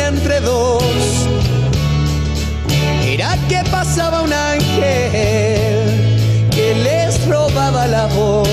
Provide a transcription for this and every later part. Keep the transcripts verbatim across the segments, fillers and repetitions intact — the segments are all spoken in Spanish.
pelea entre dos. Era que pasaba un ángel que les robaba la voz.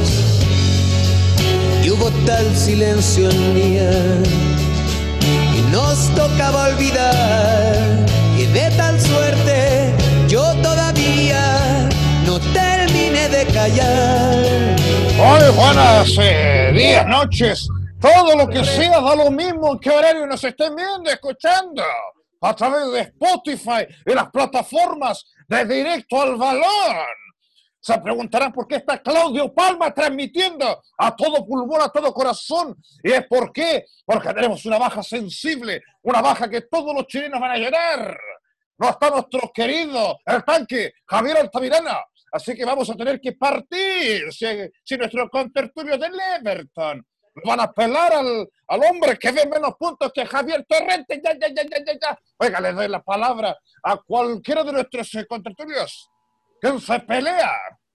Y hubo tal silencio en día y nos tocaba olvidar. Y de tal suerte yo todavía no terminé de callar. Hoy buenas eh, días, noches, todo lo que sea, da lo mismo en qué horario nos estén viendo, escuchando, a través de Spotify y las plataformas de Directo al Balón. Se preguntarán por qué está Claudio Palma transmitiendo a todo pulmón, a todo corazón. Y es por qué, porque tenemos una baja sensible, una baja que todos los chilenos van a llorar. No está nuestro querido, el tanque, Javier Altamirano. Así que vamos a tener que partir si, si nuestro contertulio del Everton van a pelar al, al hombre que ve menos puntos que Javier Torrente. Ya, ya, ya, ya, ya, ya. Oiga, le doy la palabra a cualquiera de nuestros contertulios. ¿Quién se pelea?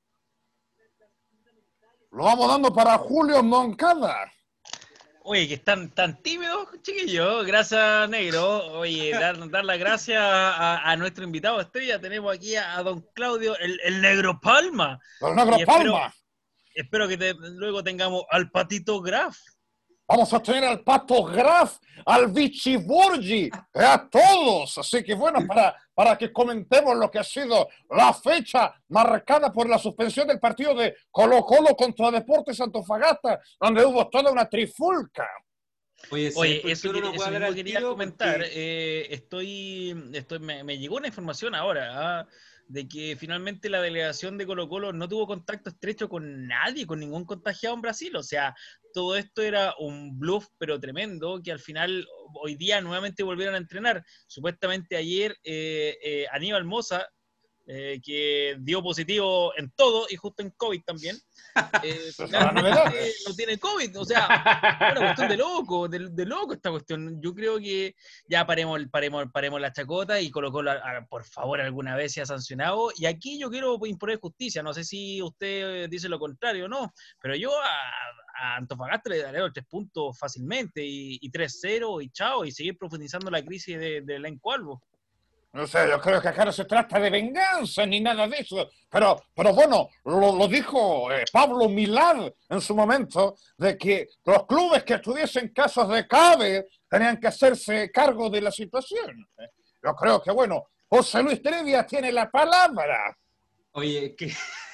Lo vamos dando para Julio Moncada. Oye, que están tan tímidos, chiquillos. Gracias, negro. Oye, dar, dar las gracias a, a nuestro invitado estrella. Tenemos aquí a, a don Claudio, el, el negro Palma. El negro y Palma. Espero, espero que te, luego tengamos al Patito Graf. Vamos a tener al Pato Graf, al Vichy Borgi, a todos. Así que bueno, para, para que comentemos lo que ha sido la fecha marcada por la suspensión del partido de Colo-Colo contra Deportes Antofagasta, donde hubo toda una trifulca. Oye, Oye eso, quería, no eso mismo quería comentar. Porque... Eh, estoy, estoy me, me llegó una información ahora, ¿ah? de que finalmente la delegación de Colo-Colo no tuvo contacto estrecho con nadie, con ningún contagiado en Brasil. O sea, todo esto era un bluff, pero tremendo, que al final hoy día nuevamente volvieron a entrenar. Supuestamente ayer eh, eh, Aníbal Mosa, eh, que dio positivo en todo y justo en COVID también, eh, no tiene COVID. O sea, una cuestión de loco, de, de loco esta cuestión. Yo creo que ya paremos, paremos, paremos la chacota y Colo Colo, por favor, alguna vez se ha sancionado. Y aquí yo quiero imponer justicia. No sé si usted dice lo contrario o no, pero yo a, a Antofagasta le daré los tres puntos fácilmente y, y tres cero y chao, y seguir profundizando la crisis de, de elenco Albo. No sé, yo creo que acá no se trata de venganza ni nada de eso, pero, pero bueno, lo, lo dijo eh, Pablo Milad en su momento, de que los clubes que tuviesen casos de COVID tenían que hacerse cargo de la situación. Yo creo que, bueno, José Luis Trevia tiene la palabra. Oye, que...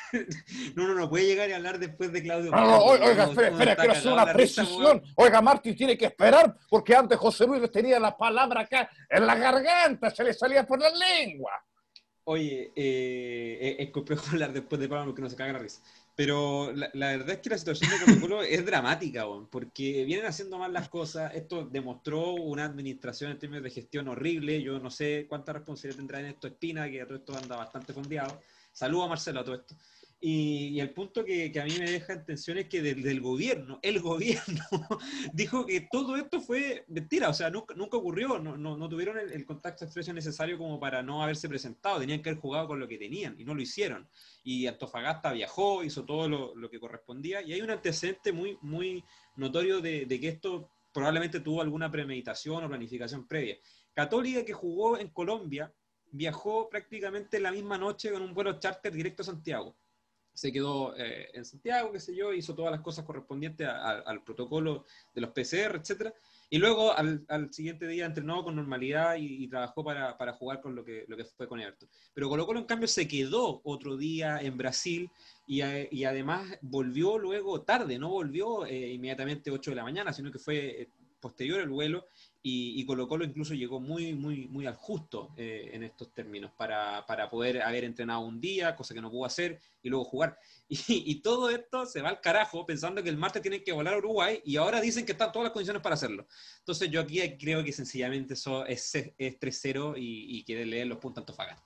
No, no, no puede llegar y hablar después de Claudio. No, no, oiga, espera, espera, quiero hacer una precisión. Oiga, Martín tiene que esperar, porque antes José Luis tenía la palabra acá en la garganta, se le salía por la lengua. Oye, eh, es complejo hablar después de Pablo porque no se caga la risa. Pero la, la verdad es que la situación de Colo-Colo es dramática, bon, porque vienen haciendo mal las cosas. Esto demostró una administración en términos de gestión horrible. Yo no sé cuánta responsabilidad tendrá en esto Espina, que a todo esto anda bastante fondeado. Saludo a Marcelo a todo esto. Y, y el punto que, que a mí me deja en tensión es que del, del gobierno, el gobierno dijo que todo esto fue mentira, o sea, nunca, nunca ocurrió, no, no, no tuvieron el, el contacto estrecho necesario como para no haberse presentado, tenían que haber jugado con lo que tenían y no lo hicieron. Y Antofagasta viajó, hizo todo lo, lo que correspondía y hay un antecedente muy, muy notorio de, de que esto probablemente tuvo alguna premeditación o planificación previa. Católica, que jugó en Colombia, viajó prácticamente la misma noche con un vuelo charter directo a Santiago. Se quedó eh, en Santiago, qué sé yo, hizo todas las cosas correspondientes a, a, al protocolo de los P C R, etcétera. Y luego al, al siguiente día entrenó con normalidad y, y trabajó para, para jugar con lo que, lo que fue con Everton. Pero Colo-Colo, en cambio, se quedó otro día en Brasil y, y además volvió luego tarde, no volvió eh, inmediatamente ocho de la mañana, sino que fue eh, posterior el vuelo. Y, y Colo-Colo incluso llegó muy, muy, muy al justo eh, en estos términos para, para poder haber entrenado un día, cosa que no pudo hacer, y luego jugar. Y, y todo esto se va al carajo pensando que el martes tienen que volar a Uruguay y ahora dicen que están todas las condiciones para hacerlo. Entonces yo aquí creo que sencillamente eso es, es tres cero y, y quiere leer los puntos a Antofagasta.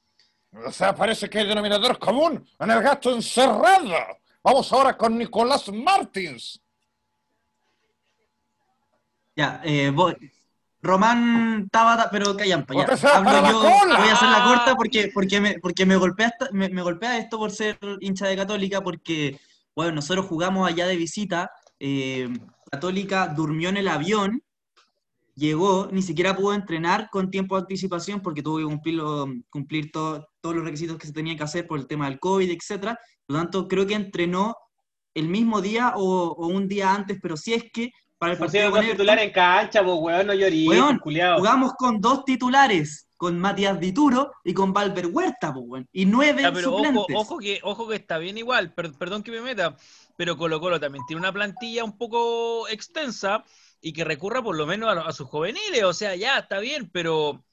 O sea, parece que hay denominador común en el gato encerrado. Vamos ahora con Nicolás Martins. Ya, eh, voy. Román Tabata, pero callampa, ya. Hablo yo, voy a hacer la corta porque, porque, me, porque me, golpea esta, me, me golpea esto por ser hincha de Católica, porque, bueno, nosotros jugamos allá de visita, eh, Católica durmió en el avión, llegó, ni siquiera pudo entrenar con tiempo de anticipación porque tuvo que cumplirlo, cumplir todo, todos los requisitos que se tenían que hacer por el tema del COVID, etcétera. Por lo tanto, creo que entrenó el mismo día o, o un día antes, pero si es que para el No partido sé, con dos titulares en cancha, pues, weón, no llorí, Weón, culiao. jugamos con dos titulares, con Matías Dituro y con Valver Huerta, pues, weón, y nueve Ya, pero suplentes. ojo, ojo que, ojo que está bien igual, per- perdón que me meta, pero Colo Colo también tiene una plantilla un poco extensa y que recurra por lo menos a, a sus juveniles, o sea, ya está bien, pero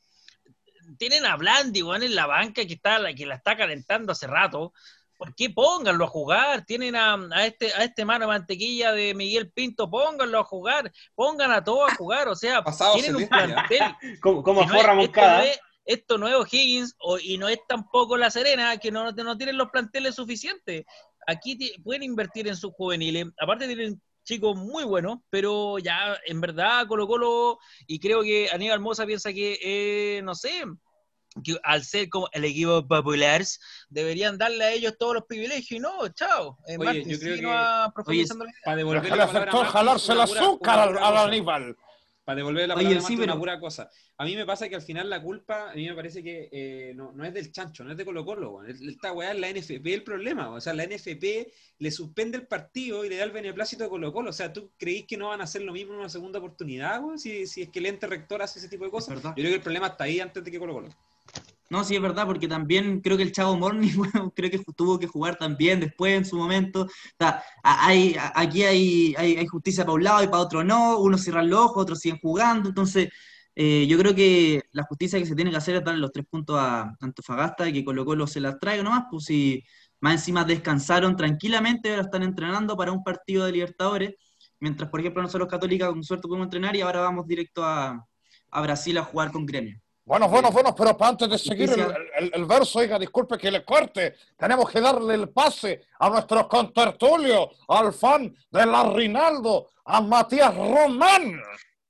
tienen a Blandi, weón, en la banca que está la que la está calentando hace rato. ¿Por qué pónganlo a jugar? Tienen a, a este a este mano mantequilla de Miguel Pinto, pónganlo a jugar, pongan a todos a jugar, o sea, Pasado tienen un celeste, ya. plantel. Como, como que no forra es- esto, Moncada. no es, esto no es O'Higgins o- y no es tampoco La Serena, que no, no tienen los planteles suficientes. Aquí ti- pueden invertir en sus juveniles, aparte tienen chicos muy buenos, pero ya en verdad Colo Colo, y creo que Aníbal Mosa piensa que, eh, no sé, que al ser como el equipo popular, deberían darle a ellos todos los privilegios y no, chao. Eh, Oye, Martín, yo creo sí, que- no va profundizando la idea. Para devolverle Déjale la hacer palabra a todo Martín, jalarse el una pura- azúcar una al, pura al cosa. Aníbal. Para devolverle la Oye, palabra a sí, Martín, pero- una pura cosa. A mí me pasa que al final la culpa, a mí me parece que eh, no, no es del chancho, no es de Colo Colo. Weón. Esta weá es la N F P el problema. O sea, la N F P le suspende el partido y le da el beneplácito a Colo Colo. O sea, ¿tú creís que no van a hacer lo mismo en una segunda oportunidad, weón? Si, si es que el ente rector hace ese tipo de cosas. verdad. Yo creo que el problema está ahí antes de que Colo Colo. No, sí, es verdad, porque también creo que el Chavo Morning, bueno, creo que tuvo que jugar también después en su momento. O sea, a- hay, a- aquí hay, hay, hay justicia para un lado y para otro no, unos cierran los ojos, otros siguen jugando, entonces eh, yo creo que la justicia que se tiene que hacer es darle los tres puntos a Antofagasta y que Colo Colo se las traiga nomás, pues si más encima descansaron tranquilamente, ahora están entrenando para un partido de Libertadores, mientras por ejemplo nosotros Católica con suerte podemos entrenar y ahora vamos directo a, a Brasil a jugar con Gremio. Bueno, bueno, bueno, pero para antes de seguir el, Justicia. el- el verso, oiga, disculpe que le corte, tenemos que darle el pase a nuestro contertulio, al fan de la Rinaldo, a Matías Román.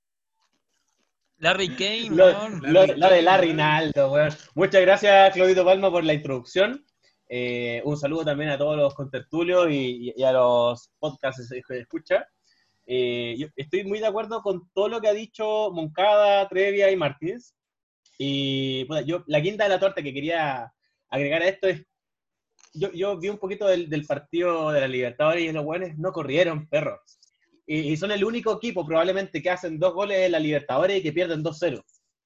Larry Kane, Lo, weón. lo- lo de Larry Naldo, weón. Muchas gracias, Claudito Palma, por la introducción. Eh, un saludo también a todos los contertulios y, y a los podcasts que escucha. Eh, yo estoy muy de acuerdo con todo lo que ha dicho Moncada, Trevia y Martins. Y bueno, yo, la quinta de la torta que quería agregar a esto es, yo, yo vi un poquito del, del partido de la Libertadores y los buenos no corrieron, perros. Y, y son el único equipo probablemente que hacen dos goles en la Libertadores y que pierden dos cero.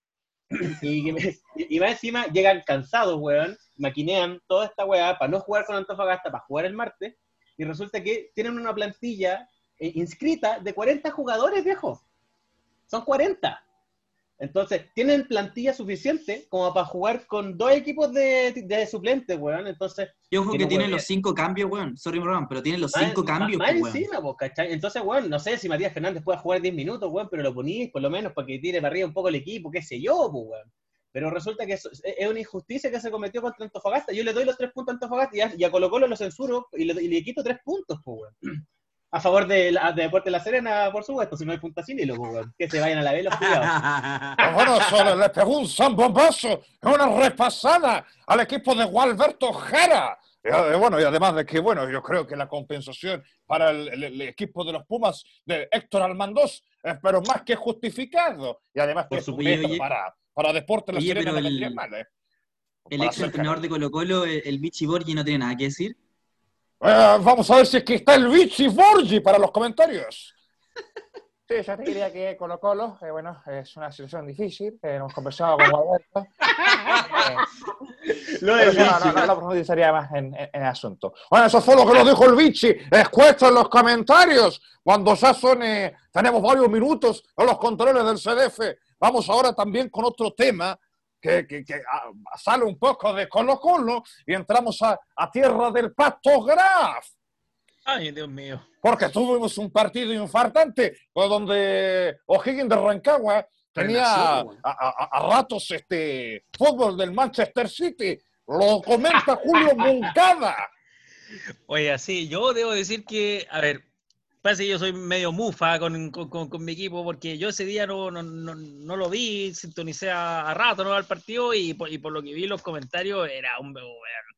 Y, que me- y más encima llegan cansados, weón, maquinean toda esta weá para no jugar con Antofagasta, para jugar el martes, y resulta que tienen una plantilla eh, inscrita de cuarenta jugadores, viejo. Son cuarenta. Entonces, tienen plantilla suficiente como para jugar con dos equipos de, de suplentes, weón. Entonces, Y ojo que que no tienen hueveen. los cinco cambios, weón. Sorry, Roman, pero tienen los Más- cinco más- cambios, más pues, weón. encima, pues, ¿cachai? Entonces, bueno, no sé si Matías Fernández puede jugar diez minutos, weón, pero lo ponís por lo menos para que tire para arriba un poco el equipo, qué sé yo, pues, weón. Pero resulta que es, es una injusticia que se cometió contra Antofagasta. Yo le doy los tres puntos a Antofagasta y a, y a Colo Colo lo censuro y le, y le quito tres puntos, pues, weón. A favor de, la, de Deportes La Serena, por supuesto, si no hay punta sin hilo, pues, weón. Que se vayan a la vela, cuidado. Pues bueno, solo le pegó un zambombazo, una repasada al equipo de Gualberto Jara. Y, eh, bueno, y además de que, bueno, yo creo que la compensación para el, el- el equipo de los Pumas de Héctor Almandós es pero más que justificado. Y además que Por es supuesto. un para, para Deportes La Oye, Serena pero no el- vendría mal, ¿eh? El Para ex ser entrenador de Colo Colo, el, el Vichy Borgi, no tiene nada que decir. Eh, vamos a ver si aquí está el Vichy Borgi para los comentarios. Sí, yo te diría que Colo Colo, eh, bueno, es una situación difícil, eh, hemos conversado con Gualberto. Eh, Lo pero del yo no, Vichy, no, no, no profundizaría más en, en- en el asunto. Bueno, eso fue lo que nos dijo el Vichy. Escucha en los comentarios. Cuando ya son, eh, tenemos varios minutos en los controles del C D F. Vamos ahora también con otro tema que, que- que, ah, sale un poco de Colo Colo y entramos a, a tierra del Pato Graf. Ay, Dios mío. Porque tuvimos un partido infartante pues, donde O'Higgins de Rancagua tenía a, Renació, a- a- a ratos este fútbol del Manchester City. Lo comenta Julio Moncada. Oye, sí, yo debo decir que, a ver, parece que yo soy medio mufa con, con, con- con mi equipo, porque yo ese día no, no, no, no lo vi, sintonicé a, a rato, ¿no? Al partido, y por, y por lo que vi en los comentarios, era un... Bueno,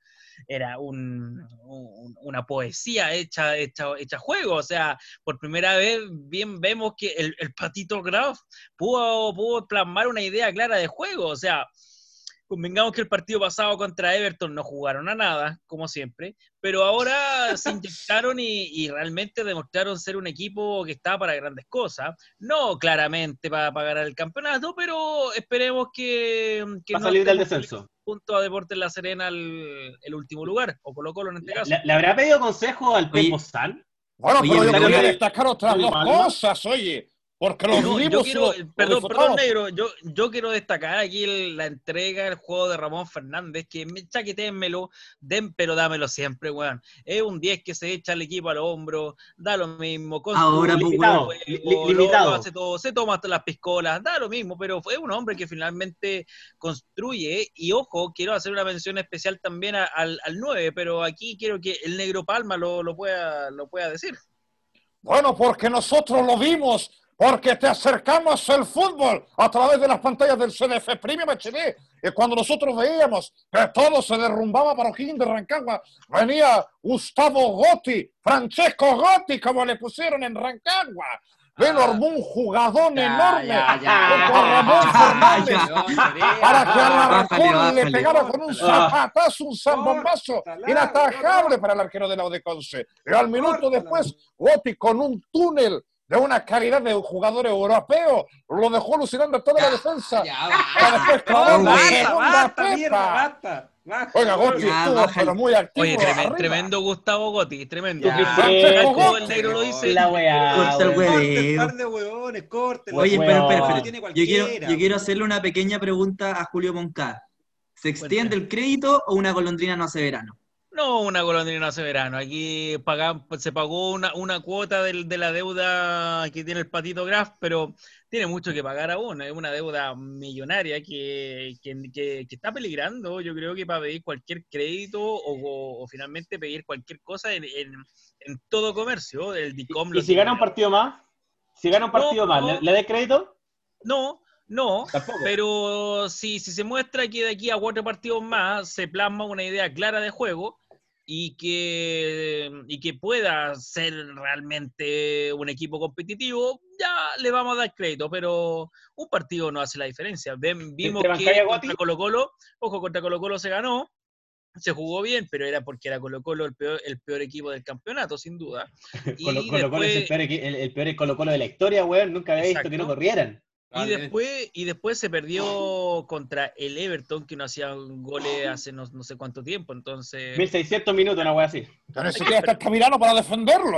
era un, un, una poesía hecha, hecha, hecha juego. O sea, por primera vez bien vemos que el, el Patito Graf pudo, pudo plasmar una idea clara de juego. O sea, convengamos que el partido pasado contra Everton no jugaron a nada, como siempre, pero ahora se inyectaron y, y realmente demostraron ser un equipo que está para grandes cosas. No claramente para, para ganar el campeonato, pero esperemos que, que va a no salir del descenso. Junto a Deportes La Serena el, el último lugar, o Colo Colo en este caso. ¿Le, ¿le habrá pedido consejo al Pepo San? Bueno, Oye, pero yo pero quería que- destacar otras dos cosas, oye. Porque los No, yo vivimos quiero, lo- lo perdón, disfrutamos. perdón, negro, yo, yo quiero destacar aquí el- la entrega, el juego de Ramón Fernández, que me chaqueténmelo, den, pero dámelo siempre, weón. Es un diez que se echa al equipo al hombro, da lo mismo, Ahora, construye, pues, limitado, juego, li- lo- limitado. lo hace todo, se toma hasta las piscolas, da lo mismo, pero fue un hombre que finalmente construye, y ojo, quiero hacer una mención especial también a- al, al nueve, pero aquí quiero que el negro Palma lo, lo, pueda, lo pueda decir. Bueno, porque nosotros lo vimos, porque te acercamos el fútbol a través de las pantallas del C D F Premium H D. Y cuando nosotros veíamos que todo se derrumbaba para O'Higgins de Rancagua, venía Gustavo Gotti, Francesco Gotti, como le pusieron en Rancagua. Vino Ah. armó un jugadón Ya, enorme ya, ya, junto ya, a Ramón ya, Fernández ya. para que Bájale, Alarcón le bájale. pegara con un Córtala. zapatazo, un zambombazo Córtala, inatajable córtala. para el arquero de la U D Conce. Y al minuto Córtala. después, Gotti con un túnel de una calidad de jugador europeo lo dejó alucinando a toda la defensa. Ya, Para después clavar la basta, segunda basta, pepa. mierda, basta, basta. Oiga, Gotti Ya, estuvo bájale. pero muy activo. Oye, tremen- arriba. tremendo Gustavo Gotti, tremendo. Ya. Francesco Todo Gotti. el negro lo dice. La weá. Corta el weón. huevo. Corte el par de huevones, corte. Oye, Weón. espera, espera, espera. Tiene Yo cualquiera, quiero, yo quiero hacerle una pequeña pregunta a Julio Moncada. ¿Se extiende el crédito o una golondrina no hace verano? No, una golondrina hace verano. Aquí paga- se pagó una, una cuota del- de la deuda que tiene el Patito Graf, pero tiene mucho que pagar aún. Es una deuda millonaria que, que, que- que está peligrando. Yo creo que para pedir cualquier crédito o, o- o finalmente pedir cualquier cosa en, en- en todo comercio, el DICOM... ¿Y lo si tiene. gana un partido más? Si gana un partido No, más, no. ¿le, le dé crédito? No, no, Tampoco. pero si, si se muestra que de aquí a cuatro partidos más se plasma una idea clara de juego y que, y que pueda ser realmente un equipo competitivo, ya le vamos a dar crédito, pero un partido no hace la diferencia. Ven, vimos ¿Entre que Mancaya y contra Gotti? Colo Colo, ojo, contra Colo Colo se ganó, se jugó bien, pero era porque era Colo Colo el peor, el peor equipo del campeonato, sin duda. Y Colo Colo Colo es el después- peor, equi- el, el peor Colo Colo de la historia, weón. Nunca había visto que no Exacto. corrieran. Y después, y después se perdió contra el Everton, que no hacía goles hace no, no sé cuánto tiempo. Entonces, mil seiscientos minutos, una wea así. Que ni siquiera está el Tamirano para defenderlo.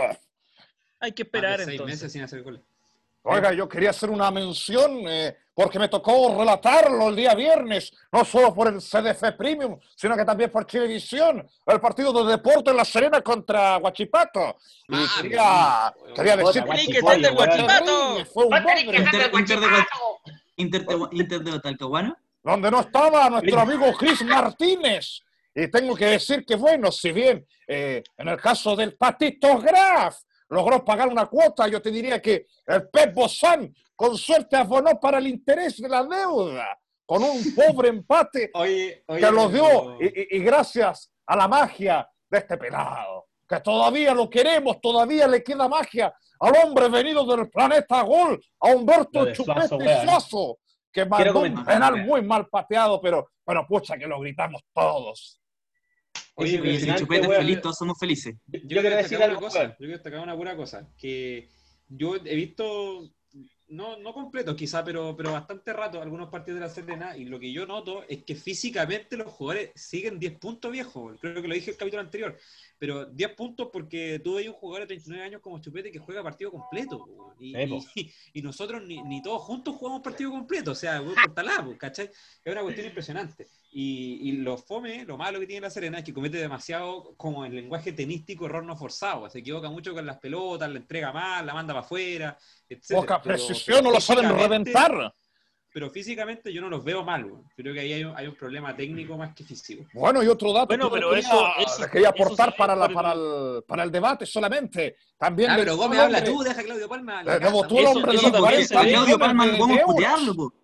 hay que Más esperar de seis entonces. meses sin hacer goles. Oiga, yo quería hacer una mención eh, porque me tocó relatarlo el día viernes, no solo por el C D F Premium, sino que también por Chilevisión, el partido de Deportes La Serena contra Huachipato. Y Mami, quería, weón. quería decir Puta, Tenés que Guachipato, estar del weón. Guachipato. fue un bodrio, Inter, Inter de, Inter, de, Inter de Talcahuano. donde no estaba nuestro amigo Chris Martínez. Y tengo que decir que, bueno, si bien eh, en el caso del Patito Graf logró pagar una cuota, yo te diría que el Pep Bozán con suerte abonó para el interés de la deuda, con un pobre empate Oye, oye. que lo dio, pero- y, y- y gracias a la magia de este pelado, que todavía lo queremos, todavía le queda magia al hombre venido del planeta Gol, a Lo Humberto de Chupete Suazo, weón. Suazo, que Quiero mandó un comentar. penal muy mal pateado, pero, pero pucha que lo gritamos todos. Oye, Es pero Y si impresionante, Chupete es weón. feliz, todos somos felices. Yo, Yo quiero quiero destacar decir una algo, cosa, weón. yo quiero destacar una pura cosa, que yo he visto, no, no completos quizá, pero, pero bastante rato algunos partidos de la Serena, y lo que yo noto es que físicamente los jugadores siguen diez puntos viejos, creo que lo dije en el capítulo anterior, pero diez puntos porque tú ves un jugador de treinta y nueve años como Chupete que juega partido completo, weón, y, Sí, po. y, y nosotros ni, ni todos juntos jugamos partido completo, o sea, weón, por talá, ¿cachai? Es una cuestión impresionante. Y, y lo fome, lo malo que tiene la Serena es que comete demasiado, como en lenguaje tenístico, error no forzado. Se equivoca mucho con las pelotas, la entrega mal, la manda para afuera, etcétera. Poca Pero- precisión, no pero lo saben físicamente- reventar. Pero físicamente yo no los veo mal, weón. Creo que ahí hay un, hay un problema técnico más que físico. Bueno, y otro dato Bueno, que pero quería, eso- eso- le quería eso aportar sí, para, la, por el- para, el, para el debate solamente. También Ah, del pero Gómez, solo habla hombre- tú, deja a Claudio Palma. Eh, la como casa, tú el Eso- hombre de eso los también cuarenta se ve. A Claudio millones Palma de- no podemos de euros. putearlo, po.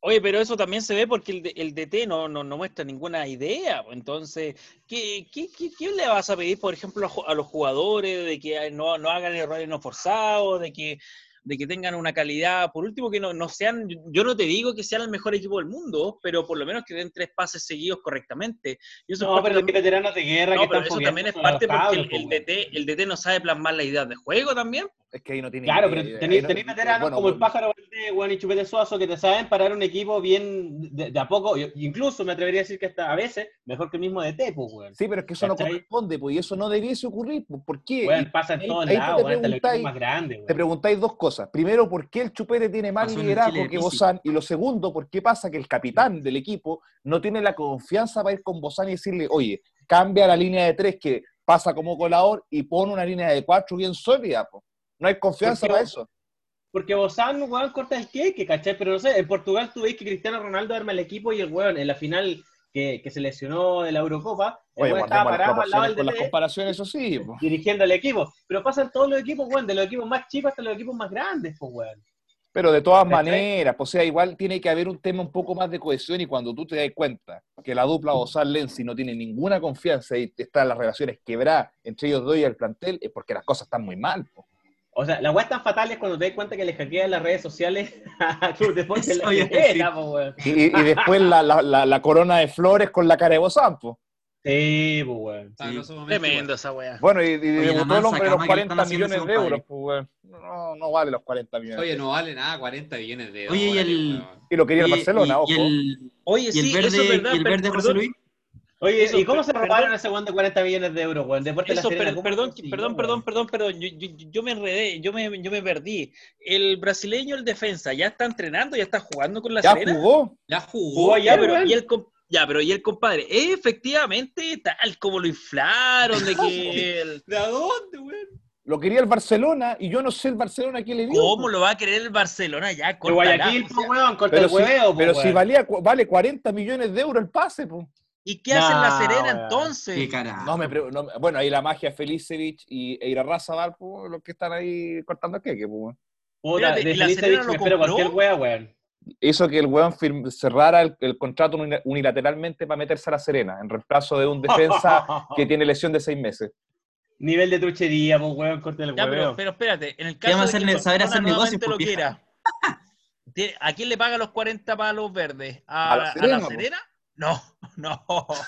Oye, pero eso también se ve porque el, D- el D T no, no, no muestra ninguna idea. Pues. Entonces, ¿qué, qué, qué, qué le vas a pedir, por ejemplo, a, ju- a los jugadores de que no, no hagan errores no forzados, de que, de que tengan una calidad? Por último, que no, no sean, yo no te digo que sean el mejor equipo del mundo, pero por lo menos que den tres pases seguidos correctamente. Y eso es No, parte pero hay también, veteranos de guerra que no, pero están eso también fogueando es son los parte porque cabros, el, pues, el weón. D T, el D T no sabe plasmar las ideas de juego también. Es que ahí no tiene Claro, idea, pero ahí tenéis no- tenéis veteranos bueno, como el bueno, Pájaro Valdés, weón, y Chupete Suazo que te saben parar un equipo bien de, de a poco, yo- incluso me atrevería a decir que hasta a veces mejor que el mismo D T, pues, weón. Sí, pero es que eso no ¿Cachai? corresponde, pues, y eso no debiese ocurrir, pues, ¿por qué? Y Weón, pasa en ahí, todos ahí tú lados, te weón, hasta los equipos preguntáis, más grandes, te weón. preguntáis dos cosas. Primero, ¿por qué el Chupete tiene más Pasó en el Chile liderazgo de que Pizzi. Bozán? Y lo segundo, ¿por qué pasa que el capitán del equipo no tiene la confianza para ir con Bozán y decirle, oye, cambia la línea de tres que pasa como colador y pone una línea de cuatro bien sólida, pues? No hay confianza Porque para vos- eso. Porque Bozán, weón, corta el queque, ¿cachai? Pero no sé, en Portugal tú veis que Cristiano Ronaldo arma el equipo y el weón, en la final que, que se lesionó de la Eurocopa, el Oye, weón estaba guardemos las parado al lado proporciones del con las D T comparaciones, eso sí, pues. dirigiendo el equipo. Pero pasan todos los equipos, weón, de los equipos más chicos hasta los equipos más grandes, pues, weón. Pero de todas ¿Cachai? maneras, pues, o sea, igual tiene que haber un tema un poco más de cohesión y cuando tú te das cuenta que la dupla Bozán-Lenzi no tiene ninguna confianza y están las relaciones quebradas entre ellos dos y el plantel, es porque las cosas están muy mal. Pues. O sea, las weas tan fatales cuando te das cuenta que les hackean las redes sociales a Club Deportes en la Eso iba a decir. primera, pues, weón. Y, y- y después la, la, la, la corona de flores con la cara de Bozán, pues. Sí, pues, weón. Sabroso momento Tremendo igual. esa weá. Bueno, y, y Oye, la debutó el mansa hombre de los cama que le están cuarenta haciendo a millones ese de euros, compadre. pues, weón. No, no vale los cuarenta millones. Oye, no vale nada, cuarenta millones de Oye, y dólares, el- weón. Y lo quería el Y- Barcelona, y, ojo. y el, Oye, y el sí, verde, eso es verdad. y el per- verde José perdón, Luis. Oye, Eso, ¿y cómo per- se robaron perdón. ese weón de cuarenta millones de euros, weón? Deportes La Eso, Serena, per- ¿cómo perdón, consiguió, perdón, weón? perdón, perdón, perdón, yo, yo, yo me enredé, yo me, yo me perdí. El brasileño, el defensa, ¿ya está entrenando, ya está jugando con la Ya Serena? jugó. Ya jugó. Jugó Ya, ayer, pero weón. y el com- ya, pero y el compadre, efectivamente, tal como lo inflaron, de que el- ¿De a dónde, weón? Lo quería el Barcelona y yo no sé el Barcelona qué le dio. ¿cómo pues. lo va a querer el Barcelona ya? De Córtala. Guayaquil, O sea, pues, weón, corta Pero, el si, hueveo, pues, pero si weón. valía, cu- vale cuarenta millones de euros el pase, pues. ¿y qué hace en la Nah, Serena weón. entonces? Qué carajo. No me pre- no- bueno, ahí la magia Felicevich y Eira Razabal, pues, los que están ahí cortando el queque, pues. Puta, Espérate, de ¿y la Felicevich Serena lo me espero compró? cualquier wea, weón. Hizo que el weón firm- cerrara el, el contrato uni- unilateralmente para meterse a la Serena, en reemplazo de un defensa que tiene lesión de seis meses. Nivel de truchería, pues, weón, corta el Ya, pero, hueveo. pero espérate, en el Se llama caso de hacer- que saber hacer Barcelona negocios, nuevamente lo pues, quiera, ¿tiene- ¿a quién le paga los cuarenta palos verdes? ¿A, A la a Serena, la po. Serena? No, no,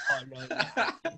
no.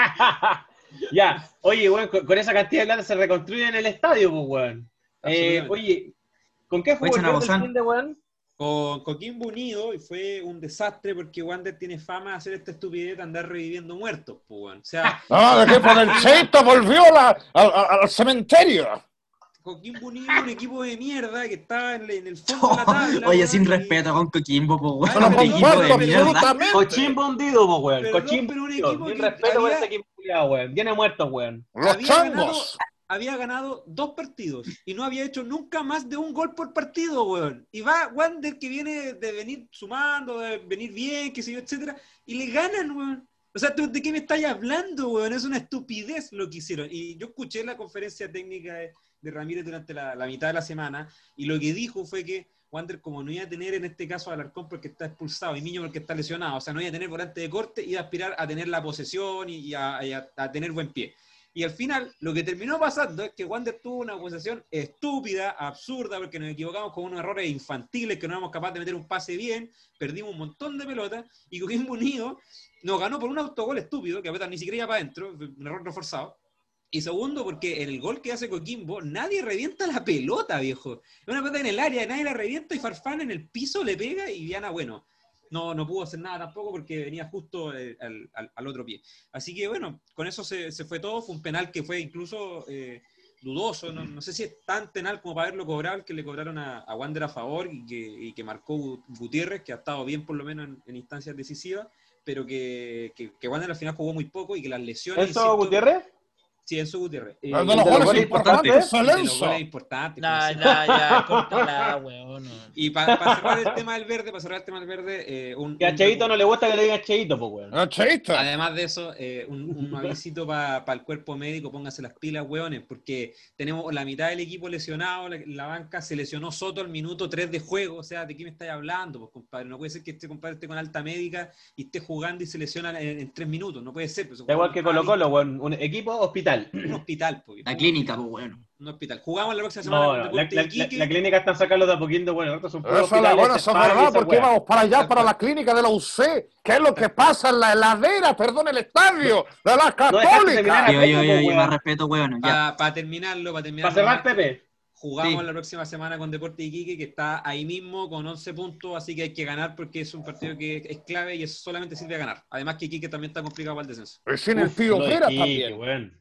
Ya, oye, weón, con, con esa cantidad de plata se reconstruye en el estadio, pues, weón. Eh, Absolutamente. oye, ¿con qué jugó el Echan a verde el Bozán. fin de, weón? Con Coquimbo Unido y fue un desastre porque Wander tiene fama de hacer esta estupidez de andar reviviendo muertos, pues, weón. O sea, No, el equipo del Cheito volvió a la- al, al- al cementerio. Coquimbo Unido es un equipo de mierda que está en, en el fondo de la tabla. Oye, weón, sin y- respeto con Coquimbo, pues, Eso weón. no Qué equipo comparto de mierda. absolutamente. Cochimbo hundido, pues, weón. Perdón, Cochimbo pero un hundido. equipo Sin que respeto por había- ese equipo, culiao, weón. Viene muerto, weón. Los Había changos. había ganado dos partidos y no había hecho nunca más de un gol por partido, weón. Y va Wander que viene de venir sumando, de venir bien, qué sé yo, etcétera, y le ganan, weón. O sea, ¿tú ¿de qué me estás hablando, weón? Es una estupidez lo que hicieron. Y yo escuché la conferencia técnica de, de Ramírez durante la, la mitad de la semana y lo que dijo fue que Wander, como no iba a tener en este caso a Alarcón porque está expulsado y Miño porque está lesionado, o sea, no iba a tener volante de corte, iba a aspirar a tener la posesión y, y a, y a- a tener buen pie. Y al final, lo que terminó pasando es que Wander tuvo una posesión estúpida, absurda, porque nos equivocamos con unos errores infantiles, que no éramos capaces de meter un pase bien, perdimos un montón de pelotas, y Coquimbo Unido nos ganó por un autogol estúpido, que a veces ni siquiera iba para adentro, un error reforzado. Y segundo, porque en el gol que hace Coquimbo, nadie revienta la pelota, viejo. Es una pelota en el área, nadie la revienta, y Farfán en el piso le pega, y Viana, bueno, no, no pudo hacer nada tampoco porque venía justo eh, al, al- al otro pie. Así que bueno, con eso se, se fue todo. Fue un penal que fue incluso eh, dudoso. No, no sé si es tan penal como para haberlo cobrado, el que le cobraron a, a Wander a favor y que, y que marcó Gu- Gutiérrez, que ha estado bien por lo menos en, en instancias decisivas, pero que, que, que Wander al final jugó muy poco y que las lesiones... ¿Eso, insisto, Gutiérrez? Sí, Enzo Gutiérrez. Eh, El de el los de los goles goles importantes es el el de los Enzo. goles importantes. Nah, como siempre. ya, ya, córtala, weón. no. Y para pa cerrar el tema del verde, para cerrar el tema del verde, eh, un, Que a un- Cheito no le gusta que le digan Cheito, pues, weón. El cheísta. Además de eso, eh, un, un avisito para pa el cuerpo médico, pónganse las pilas, weones, porque tenemos la mitad del equipo lesionado, la, la banca se lesionó Soto al minuto tres de juego, o sea, ¿de qué me estáis hablando? Pues, compadre, no puede ser que este compadre esté con alta médica y esté jugando y se lesiona en, en tres minutos, no puede ser. Pues, Da igual que Colo Colo, weón. Un equipo hospital. un hospital, pues, La clínica, pues bueno. un hospital. Jugamos la próxima semana No, con no, la, Deportes la, la, Iquique. la clínica están sacando de a poquito, bueno, estos son puros Esa es la hospitales, buena, esa es Spa y verdad, esa porque weá. vamos para allá, para la clínica de la U C. ¿Qué es lo que pasa en la heladera, perdón, el estadio de la No dejaste terminar Católica? Oye, oye, oye, weón. más respeto, weón. Ya. Para terminarlo, para terminar. Para cerrar, Pepe. Jugamos Sí. la próxima semana con Deportes Iquique, que está ahí mismo con once puntos, así que hay que ganar porque es un partido que es clave y es solamente sirve a ganar. Además que Iquique también está complicado para el descenso. Y sin el Uf, tío lo de Vera Iquique, también. weón.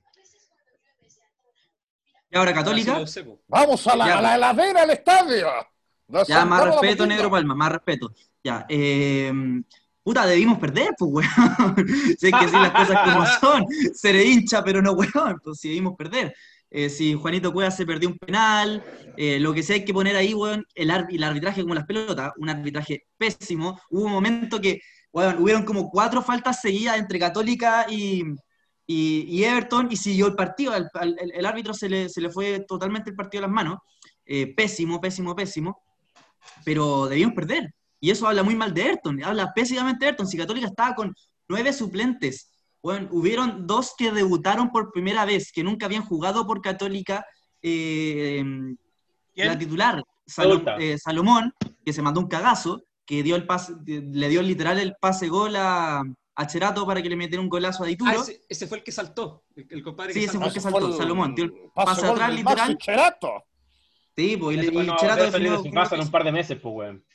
Y ahora Así Católica. lo sé, po. Vamos a la, Ya, a la heladera del estadio. De Ya, San más Carlos de respeto, Apoquindo. Negro Palma, más respeto. Ya, eh, puta, debimos perder, pues, weón. Si hay que decir las cosas como son. Seré hincha, pero no, weón. Pues si debimos perder. Eh, si Juanito Cuevas se perdió un penal, eh, lo que sí hay que poner ahí, weón, el, ar- el arbitraje como las pelotas, un arbitraje pésimo. Hubo un momento que, weón, hubieron como cuatro faltas seguidas entre Católica y, y, y Everton y siguió el partido. El, el- el árbitro se le, se le fue totalmente el partido a las manos. Eh, pésimo, pésimo, pésimo. Pero debimos perder. Y eso habla muy mal de Ayrton, habla pésimamente de Ayrton. Si Católica estaba con nueve suplentes, bueno, hubieron dos que debutaron por primera vez, que nunca habían jugado por Católica, eh, la titular, Salo- Pregunta. eh, Salomón, que se mandó un cagazo, que dio el pase, le dio literal el pase gol a, a Cherato para que le metiera un golazo a Dituro. Ah, ese, ese fue el que saltó, el, el compadre Sí, que ese saltó. fue el que Ese saltó, el Salomón, dio el pase pase gol atrás, del Maxi literal. Cherato. Sí, pues, y, Ese y weón no va a Cherato poder salir de definió su con casa en un gol. par de meses, pues, weón.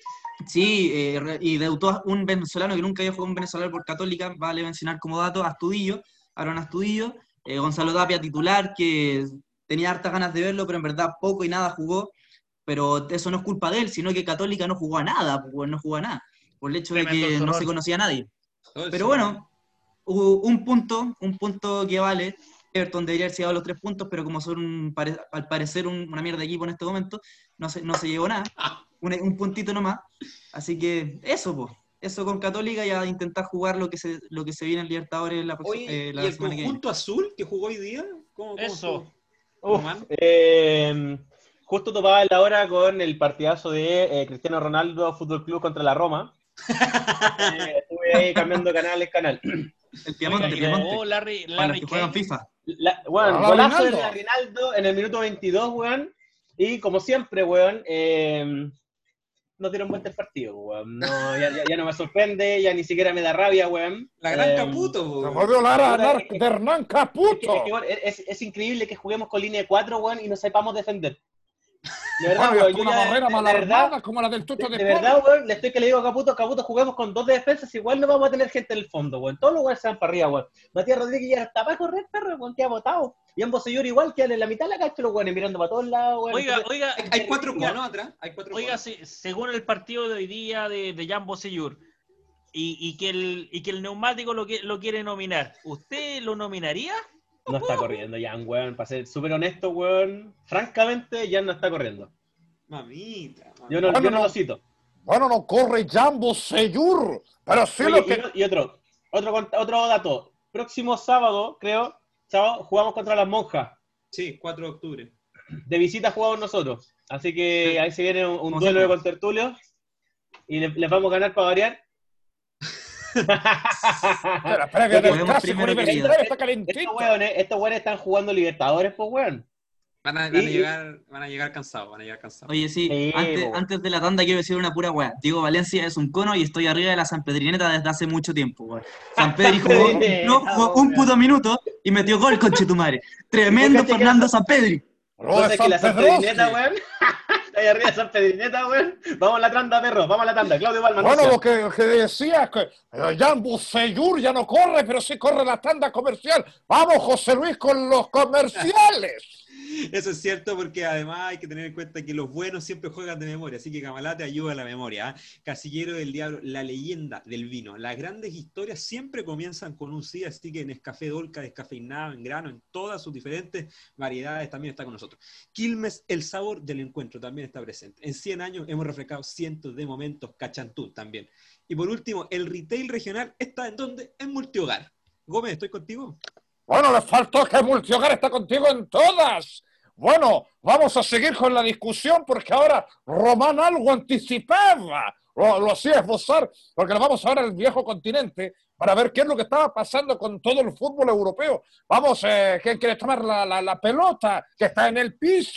Sí, eh, re- y debutó un venezolano que nunca había jugado un venezolano por Católica, vale mencionar como dato, Astudillo, Aaron Astudillo, eh, Gonzalo Tapia titular, que tenía hartas ganas de verlo, pero en verdad poco y nada jugó, pero eso no es culpa de él, sino que Católica no jugó a nada, pues, no jugó a nada, por el hecho de Tremendo que no zorrón. se conocía a nadie. Todo el Pero zorro. bueno, hubo un punto, un punto que vale. Everton debería haber llegado a los tres puntos, pero como son un pare- al parecer un- una mierda de equipo en este momento, no se, no se llevó nada. Un, un puntito nomás. Así que eso, pues. Eso con Católica y a intentar jugar lo que se, lo que se viene en Libertadores la, próxima- Oye, eh, la ¿y el semana que viene. conjunto azul que jugó hoy día? ¿Cómo, cómo Eso. estuvo? Uf, Román. eh, justo topaba la hora con el partidazo de eh, Cristiano Ronaldo Fútbol Club contra la Roma. Eh, estuve ahí cambiando canal en canal. El Piamonte, Oiga, Piamonte. Oh, Larry, Para los Larry que juegan Kane. FIFA. La, weón, Hola, golazo de Ronaldo. Rinaldo en el minuto veintidós, weón. Y como siempre, weón, eh, no dieron vuelta el partido, weón. No, ya, ya- ya no me sorprende, ya ni siquiera me da rabia, weón. La gran Eh, Caputo, Se po. volvió la Puta, ara es que- de Hernán Es, que, Caputo. es, que, weón, es- es increíble que juguemos con línea de cuatro, weón, y no sepamos defender. De verdad, Bueno, y weón, hasta yo una ya, barrera de, mal de verdad, armada como la del Tuto de, de, de verdad, weón, le estoy que le digo a Caputo, Caputo, juguemos con dos defensas, igual no vamos a tener gente en el fondo, weón. Todos los weones se van para arriba, weón. Matías Rodríguez ya está para correr, perro, weón, que ha votado. Y ambos señores igual, que en la mitad de la cancha los weones mirando para todos lados, weón. Oiga, Entonces, oiga, Hay, hay cuatro oiga, conos atrás. Hay cuatro Oiga, conos. se- según el partido de hoy día de, de Jan Bosellur y, y, que el, y que el neumático lo, que, lo quiere nominar, ¿usted lo nominaría? no está corriendo, Jan, weón. Para ser súper honesto, weón. Francamente, Jan no está corriendo. Mamita. mamita. Yo no, Bueno, yo no no. lo cito. Bueno, no corre Jambo Seyur, pero sí Oye, lo y, que... y otro, otro, cont- otro dato. Próximo sábado, creo, sábado, jugamos contra las monjas. Sí, cuatro de octubre. De visita jugamos nosotros. Así que ahí se viene un, un Como duelo de siempre. contertulios. Y le- les vamos a ganar para variar. Espera, espera, que Porque el podemos clásico primero que universitario diga. está calentito. Estos weones, estos weones están jugando Libertadores, pues weón. Van a, van a Y- llegar, van a llegar cansados, van a llegar cansados. Oye, sí, Sí, antes, po. antes de la tanda quiero decir una pura weá. Diego Valencia es un cono y estoy arriba de la San Pedrineta desde hace mucho tiempo, weón. San Pedri jugó, no jugó un puto minuto y metió gol, conchetumare. Tremendo Porque Fernando San Pedri. Robo Entonces de que la San San Pedroski. Pedrineta, weón. Está ahí arriba de San Pedrineta, weón. Vamos a la tanda, perro. Vamos a la tanda. Claudio Balman. Bueno, lo que, lo que decía es que eh, Jambo Seyur ya no corre, pero sí corre la tanda comercial. Vamos, José Luis, con los comerciales. Eso es cierto porque además hay que tener en cuenta que los buenos siempre juegan de memoria, así que Camalá te ayuda a la memoria. ¿eh? Casillero del Diablo, la leyenda del vino. Las grandes historias siempre comienzan con un sí, así que en Nescafé Dolca, descafeinado, en grano, en todas sus diferentes variedades también está con nosotros. Quilmes, el sabor del encuentro, también está presente. En cien años hemos refrescado cientos de momentos, Cachantú también. Y por último, el retail regional está en donde? En Multihogar. Gómez, ¿estoy contigo? Bueno, le faltó que Multihogar está contigo en todas. Bueno, vamos a seguir con la discusión porque ahora Román algo anticipaba, lo, lo hacía esbozar, porque nos vamos ahora al viejo continente para ver qué es lo que estaba pasando con todo el fútbol europeo. Vamos, eh, ¿quién quiere tomar la, la, la pelota que está en el piso?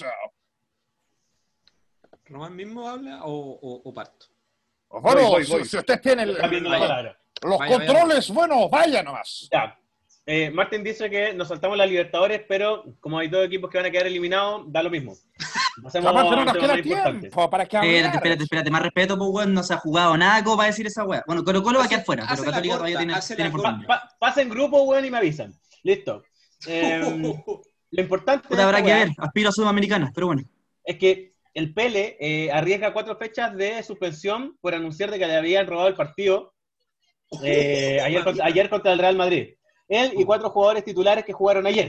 ¿Román mismo habla o, o, o parto? Bueno, Voy, voy, si, voy. si usted tiene el, Está viendo la palabra. los Vaya, controles, bueno, vaya nomás. Ya. Eh, Martín dice que nos saltamos la Libertadores, pero como hay dos equipos que van a quedar eliminados, da lo mismo. Pasemos Además, pero a un nos tema queda más importante. tiempo para que Espérate, hablar. espérate, espérate, más respeto, pues weón, no se ha jugado nada como para decir esa weá. Bueno, Colo Colo va a quedar fuera, pero hace la Católica corta, todavía tiene, hace tiene la por corta. nombre. Pa- pasen grupo, weón, y me avisan. Listo. Eh, lo importante Puta, habrá de que esta ver, weá aspiro a Sudamericana, pero bueno. es que el Pele eh, arriesga cuatro fechas de suspensión por anunciar de que le habían robado el partido eh, ayer, contra, ayer contra el Real Madrid. Él y cuatro jugadores titulares que jugaron ayer.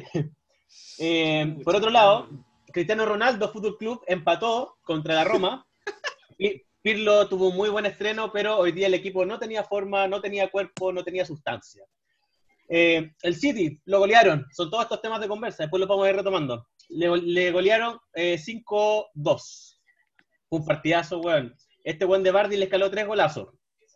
Eh, por otro lado, Cristiano Ronaldo Fútbol Club empató contra la Roma. Y Pirlo tuvo un muy buen estreno, pero hoy día el equipo no tenía forma, no tenía cuerpo, no tenía sustancia. Eh, el City lo golearon. Son todos estos temas de conversa. Después lo vamos a ir retomando. Le, le golearon eh, cinco dos. Un partidazo, weón. Este weón de Bardi le escaló tres golazos.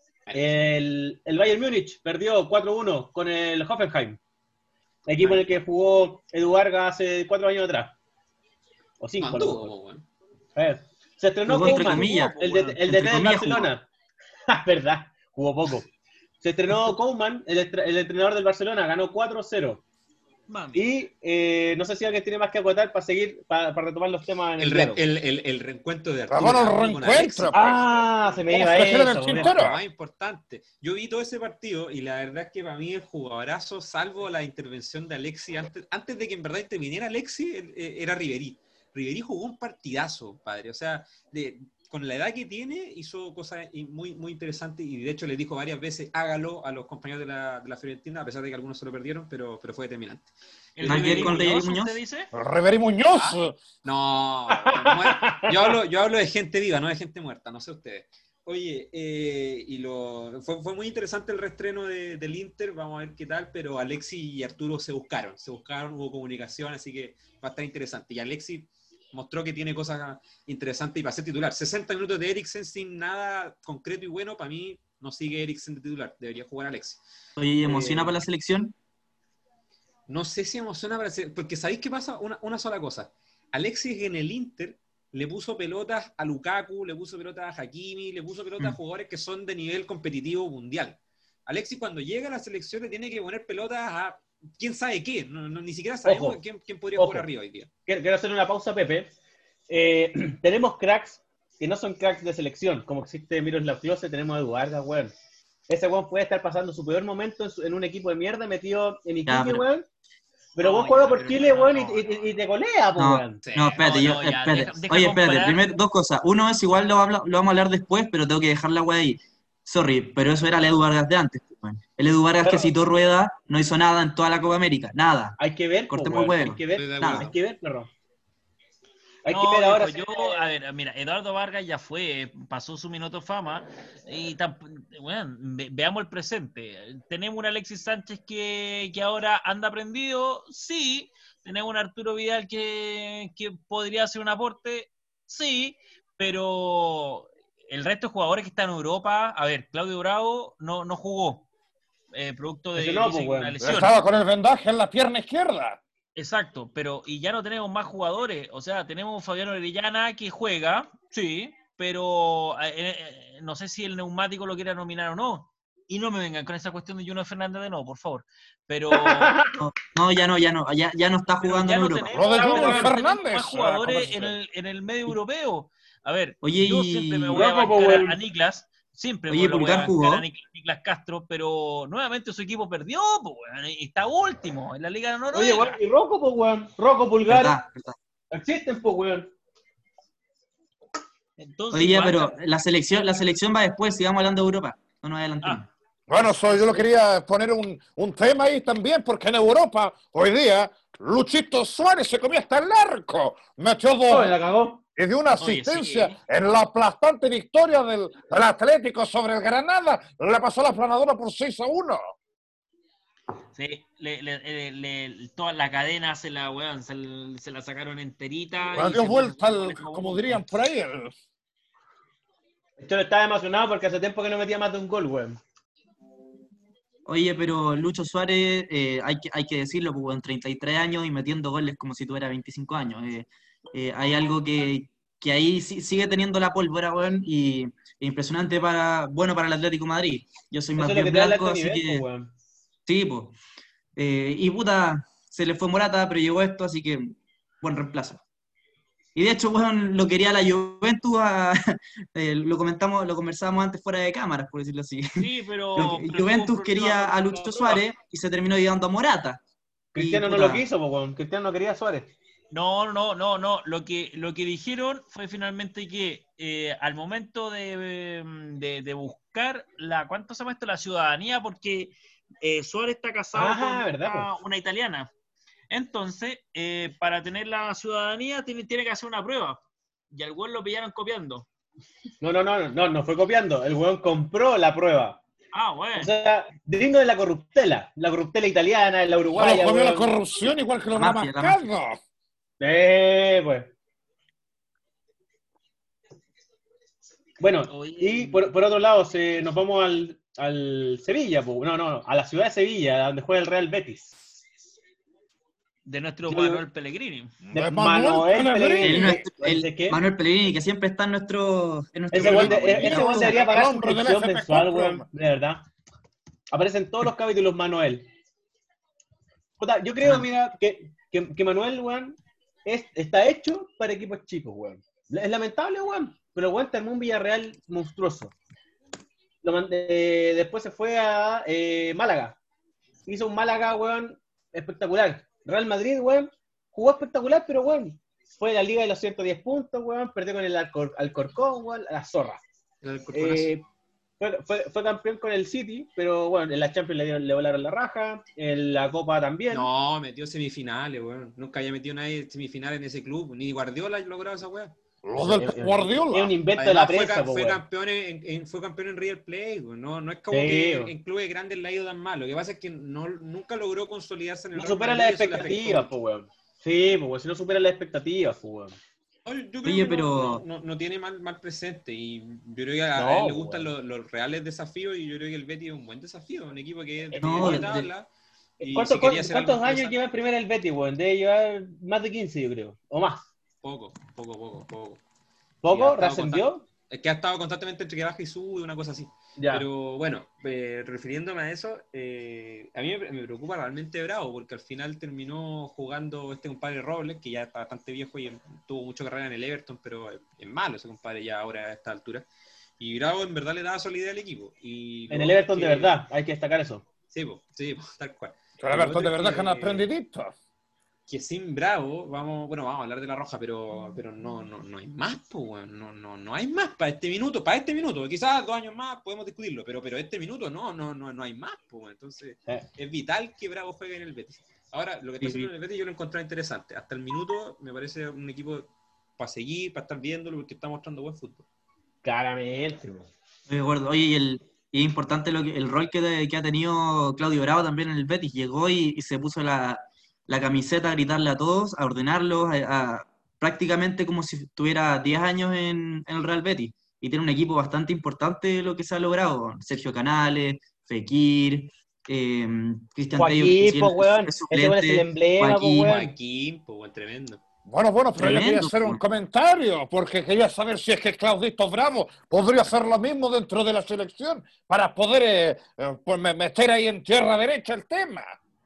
El, el Bayern Múnich perdió cuatro uno con el Hoffenheim, equipo en el que jugó Edu Vargas hace cuatro años atrás. O cinco. No ¿no? anduvo, weón. Eh, Se estrenó Jugó entre Koeman, comillas, el de, el entre D T del comillas Barcelona. Ah, verdad, jugó poco. Se estrenó Koeman, el, estre- el entrenador del Barcelona, ganó cuatro cero. Mami. Y eh, no sé si alguien tiene más que acotar para seguir, para, para retomar los temas en el, El, diálogo. re- el, el, el reencuentro de Arturo. Ah, bueno, el Vidal con reencuentro, Alexis. Ah, se me ¿Cómo iba se le queda en el eso. tintero? weón. Lo más importante. Yo vi todo ese partido y la verdad es que para mí el jugadorazo, salvo la intervención de Alexis, antes, antes de que en verdad interviniera Alexis, eh, era Ribery. Ribery jugó un partidazo, padre. O sea, de, con la edad que tiene, hizo cosas muy, muy interesantes y de hecho les dijo varias veces, hágalo a los compañeros de la, de la Fiorentina, a pesar de que algunos se lo perdieron, pero, pero fue determinante. ¿El ¿Nada que ver con Ribery Ribery Muñoz, Muñoz? usted dice? Ribery Muñoz. No, no es- yo, hablo, yo hablo de gente viva, no de gente muerta, no sé ustedes. Oye, eh, y lo, fue, fue muy interesante el reestreno de, del Inter, vamos a ver qué tal, pero Alexis y Arturo se buscaron, se buscaron, hubo comunicación, así que va a estar interesante. Y Alexis mostró que tiene cosas interesantes y va a ser titular. sesenta minutos de Eriksen sin nada concreto y bueno, para mí no sigue Eriksen de titular, debería jugar Alexis. Oye, ¿y emociona Eh, para la selección? No sé si emociona para ser, porque ¿sabéis qué pasa? Una, una sola cosa. Alexis en el Inter le puso pelotas a Lukaku, le puso pelotas a Hakimi, le puso pelotas Mm. a jugadores que son de nivel competitivo mundial. Alexis cuando llega a la selección le tiene que poner pelotas a quién sabe qué. No, no, ni siquiera sabemos Ojo. quién, quién podría Ojo. jugar arriba hoy día. Quiero, quiero hacer una pausa, Pepe. Eh, tenemos cracks que no son cracks de selección, como existe Miroslav Klose, tenemos a Edu Vargas, weón. Ese weón puede estar pasando su peor momento en, su- en un equipo de mierda metido en Iquique, Ya, pero- weón. Pero No, vos juegas ya, por pero Chile, no, weón, no, y, y- no. y te golea, po, No, weón. Sí. no, espérate, no, yo, no, ya, espérate. deja- deja Oye, espérate, comparar. primero, dos cosas. Uno es igual lo, habla- lo vamos a hablar después, pero tengo que dejar la weá ahí. Sorry, pero eso era el Edu Vargas de antes. pues, weón. El Edu Vargas Pero- que citó Rueda no hizo nada en toda la Copa América, nada. Hay que ver, po, Cortemos weón, huevo. hay que ver, Estoy de nada. acuerdo. hay que ver, perro. Hay No, que ver ahora. viejo, yo, a ver, mira, Eduardo Vargas ya fue, pasó su minuto de fama y tamp- bueno, ve- veamos el presente. Tenemos un Alexis Sánchez que, que ahora anda prendido, sí. Tenemos un Arturo Vidal que, que podría hacer un aporte, sí, pero el resto de jugadores que están en Europa, a ver, Claudio Bravo no, no jugó, eh, producto de Lesionado, dicen, pues, una weón. lesión. Estaba con el vendaje en la pierna izquierda. Exacto, pero y ya no tenemos más jugadores, o sea, tenemos Fabiano Orellana que juega, sí, pero eh, eh, no sé si el neumático lo quiera nominar o no, y no me vengan con esa cuestión de Juno Fernández de nuevo, por favor, pero, No, no, ya no, ya no, ya, ya no está pero jugando ya en no Europa. tenemos, Lo de no Junior tenemos Fernández, más ah, jugadores conversación. en el, en el medio europeo. A ver, Oye, yo y- siempre me voy a Rocco bancar Powell. a, a Niklas, siempre Oye, me lo voy a Pulgar bancar jugó. a Nik- Niklas Castro, pero nuevamente su equipo perdió, pues, weón, y está último en la Liga de Noruega. Oye, weón, y Rocco, pues, weón. Rocco Pulgar. Verdad, verdad. Existen, pues, weón. Entonces, Oye, igual pero la- la selección, la selección va después, sigamos hablando de Europa. No nos adelantemos. Ah, Bueno, so, yo lo quería poner un, un tema ahí también, porque en Europa, hoy día, Luchito Suárez se comió hasta el arco. Metió Oh, dos la cagó. y dio una Oye, asistencia sí. en la aplastante victoria del, del Atlético sobre el Granada. Le pasó la planadora por seis a uno. sí, le, le, le, le- toda la cadena se la, weón, se, se la sacaron enterita. Le y dio se vuelta, puso- al, como dirían por ahí, el, Yo estaba emocionado porque hace tiempo que no metía más de un gol, weón. Oye, pero Lucho Suárez, eh, hay, que, hay que decirlo, pues, en treinta y tres años y metiendo goles como si tuviera veinticinco años. Eh, eh, hay algo que, que ahí sí- sigue teniendo la pólvora, weón, y e impresionante para, bueno, para el Atlético de Madrid. Yo soy Eso más es lo bien que te da el blanco, alto así nivel, pues, que weón. sí, pues. Eh, y puta, se le fue Morata, pero llegó esto, así que buen reemplazo. Y de hecho, weón, lo quería la Juventus, a- eh, lo comentamos, lo conversábamos antes fuera de cámaras, por decirlo así. Sí, pero, Lo que- pero tuvo un Juventus problema quería con a la Lucho prueba. Suárez y se terminó llevando a Morata. Cristiano Y, no puta, lo quiso, pues, weón. Cristiano no quería a Suárez. No, no, no, no. Lo que, lo que dijeron fue finalmente que eh, al momento de, de, de buscar la, ¿cuánto se llama esto? La ciudadanía, porque eh, Suárez está casado Ajá, con verdad, una, una italiana. Entonces, eh, para tener la ciudadanía tiene, tiene que hacer una prueba. Y al güey lo pillaron copiando. No, no, no, no, no fue copiando. El weón compró la prueba. Ah, bueno. O sea, digno de la corruptela. La corruptela italiana, la se lo uruguaya, comió la weón. corrupción igual que los La mafia, la damascanos. Eh, pues. Bueno, Oye. y por, por otro lado, se, nos vamos al, al Sevilla, pues. No, no, no, a la ciudad de Sevilla, donde juega el Real Betis. De nuestro Yo- Manuel Pellegrini. De De Manuel Pellegrini. Pellegrini. el, nuestro- el ¿Ese qué? Manuel Pellegrini, que siempre está en nuestro, en nuestro Ese weón de- programa, ese weón. weón debería pagar El hombre del suscripción F P mensual, Cup, weón. De verdad. Aparecen todos los capítulos Manuel. Puta, yo creo, Ah. mira, que, que, que Manuel, weón, es, está hecho para equipos chicos, weón. Es lamentable, weón. Pero el weón terminó un Villarreal monstruoso. Lo mandé- eh, después se fue a eh, Málaga. Hizo un Málaga, weón, espectacular. Real Madrid, weón, jugó espectacular, pero weón, fue la liga de los ciento diez puntos, weón, perdió con el Alcor- Alcorcón, weón, a la zorra. El Alcorconazo. Eh, fue, fue, fue campeón con el City, pero bueno, en la Champions le, dieron, le volaron la raja, en la Copa también. No, metió semifinales, weón. Nunca había metido nadie semifinales en ese club. Ni Guardiola logró esa weá. Los del Es- es- Guardiola. Es un invento de la Además, fue, prensa, ca- po, fue weón. campeón en, en- fue campeón en River Plate, weón. No, no es como Sí, que weón. en clubes grandes le ha ido tan mal. Lo que pasa es que no, nunca logró consolidarse en el No Real supera Madrid, las eso le expectativas, afectó po, weón. Sí, po, weón, si no supera las expectativas, po, weón. Oye, yo creo Oye, que pero- no, no, no- no tiene mal, mal presente y yo creo que a, No, a él le pues, gustan bueno. los, los reales desafíos y yo creo que el Betis es un buen desafío, un equipo que es de No, primera de- tabla y ¿Cuántos, si quería hacer cuántos algo años interesante- lleva en primera el Betis, weón? Debe llevar más de quince, yo creo. O más. Poco, poco, poco, poco. ¿Poco? ha estado ¿Trascendió? Es que ha estado constantemente entre que baja y sube, una cosa así. Ya. Pero bueno, eh, refiriéndome a eso, eh, a mí me, me preocupa realmente Bravo, porque al final terminó jugando este compadre Robles, que ya está bastante viejo y tuvo mucha carrera en el Everton, pero es malo ese compadre ya ahora a esta altura. Y Bravo en verdad le daba solidez al equipo. Y En lo el otro Everton es de que- verdad, hay que destacar eso. Sí, po, sí, po, tal cual. Pero Lo Everton otro de es verdad que han que- aprendidito. que sin Bravo, vamos, bueno, vamos a hablar de la Roja, pero, pero no, no, no hay más, pues, weón, no, no, no hay más para este minuto, para este minuto, quizás dos años más podemos discutirlo, pero, pero este minuto no, no, no, no hay más, pues, weón. Entonces Eh. es vital que Bravo juegue en el Betis. Ahora, lo que está Sí, haciendo sí. en el Betis yo lo encontré interesante, hasta el minuto me parece un equipo para seguir, para estar viéndolo, porque está mostrando buen fútbol. Claramente, weón. Estoy de acuerdo. Oye, y, el, y es importante lo que, el rol que, de- que ha tenido Claudio Bravo también en el Betis. Llegó y, y se puso la, la camiseta a gritarle a todos, a ordenarlos, a, a- prácticamente como si tuviera diez años en, en el Real Betis. Y tiene un equipo bastante importante lo que se ha logrado. Sergio Canales, Fekir, eh, Cristian Tello, que Joaquín, si po, bien weón. es Ese weón es el suplente, emblema, po, Joaquín. weón. Joaquín, pues, weón, tremendo. Bueno, bueno, pero yo Tremendo, quería hacer un pues. comentario, porque quería saber si es que Claudito Bravo podría hacer lo mismo dentro de la selección para poder eh, eh, pues, me- meter ahí en tierra derecha el tema.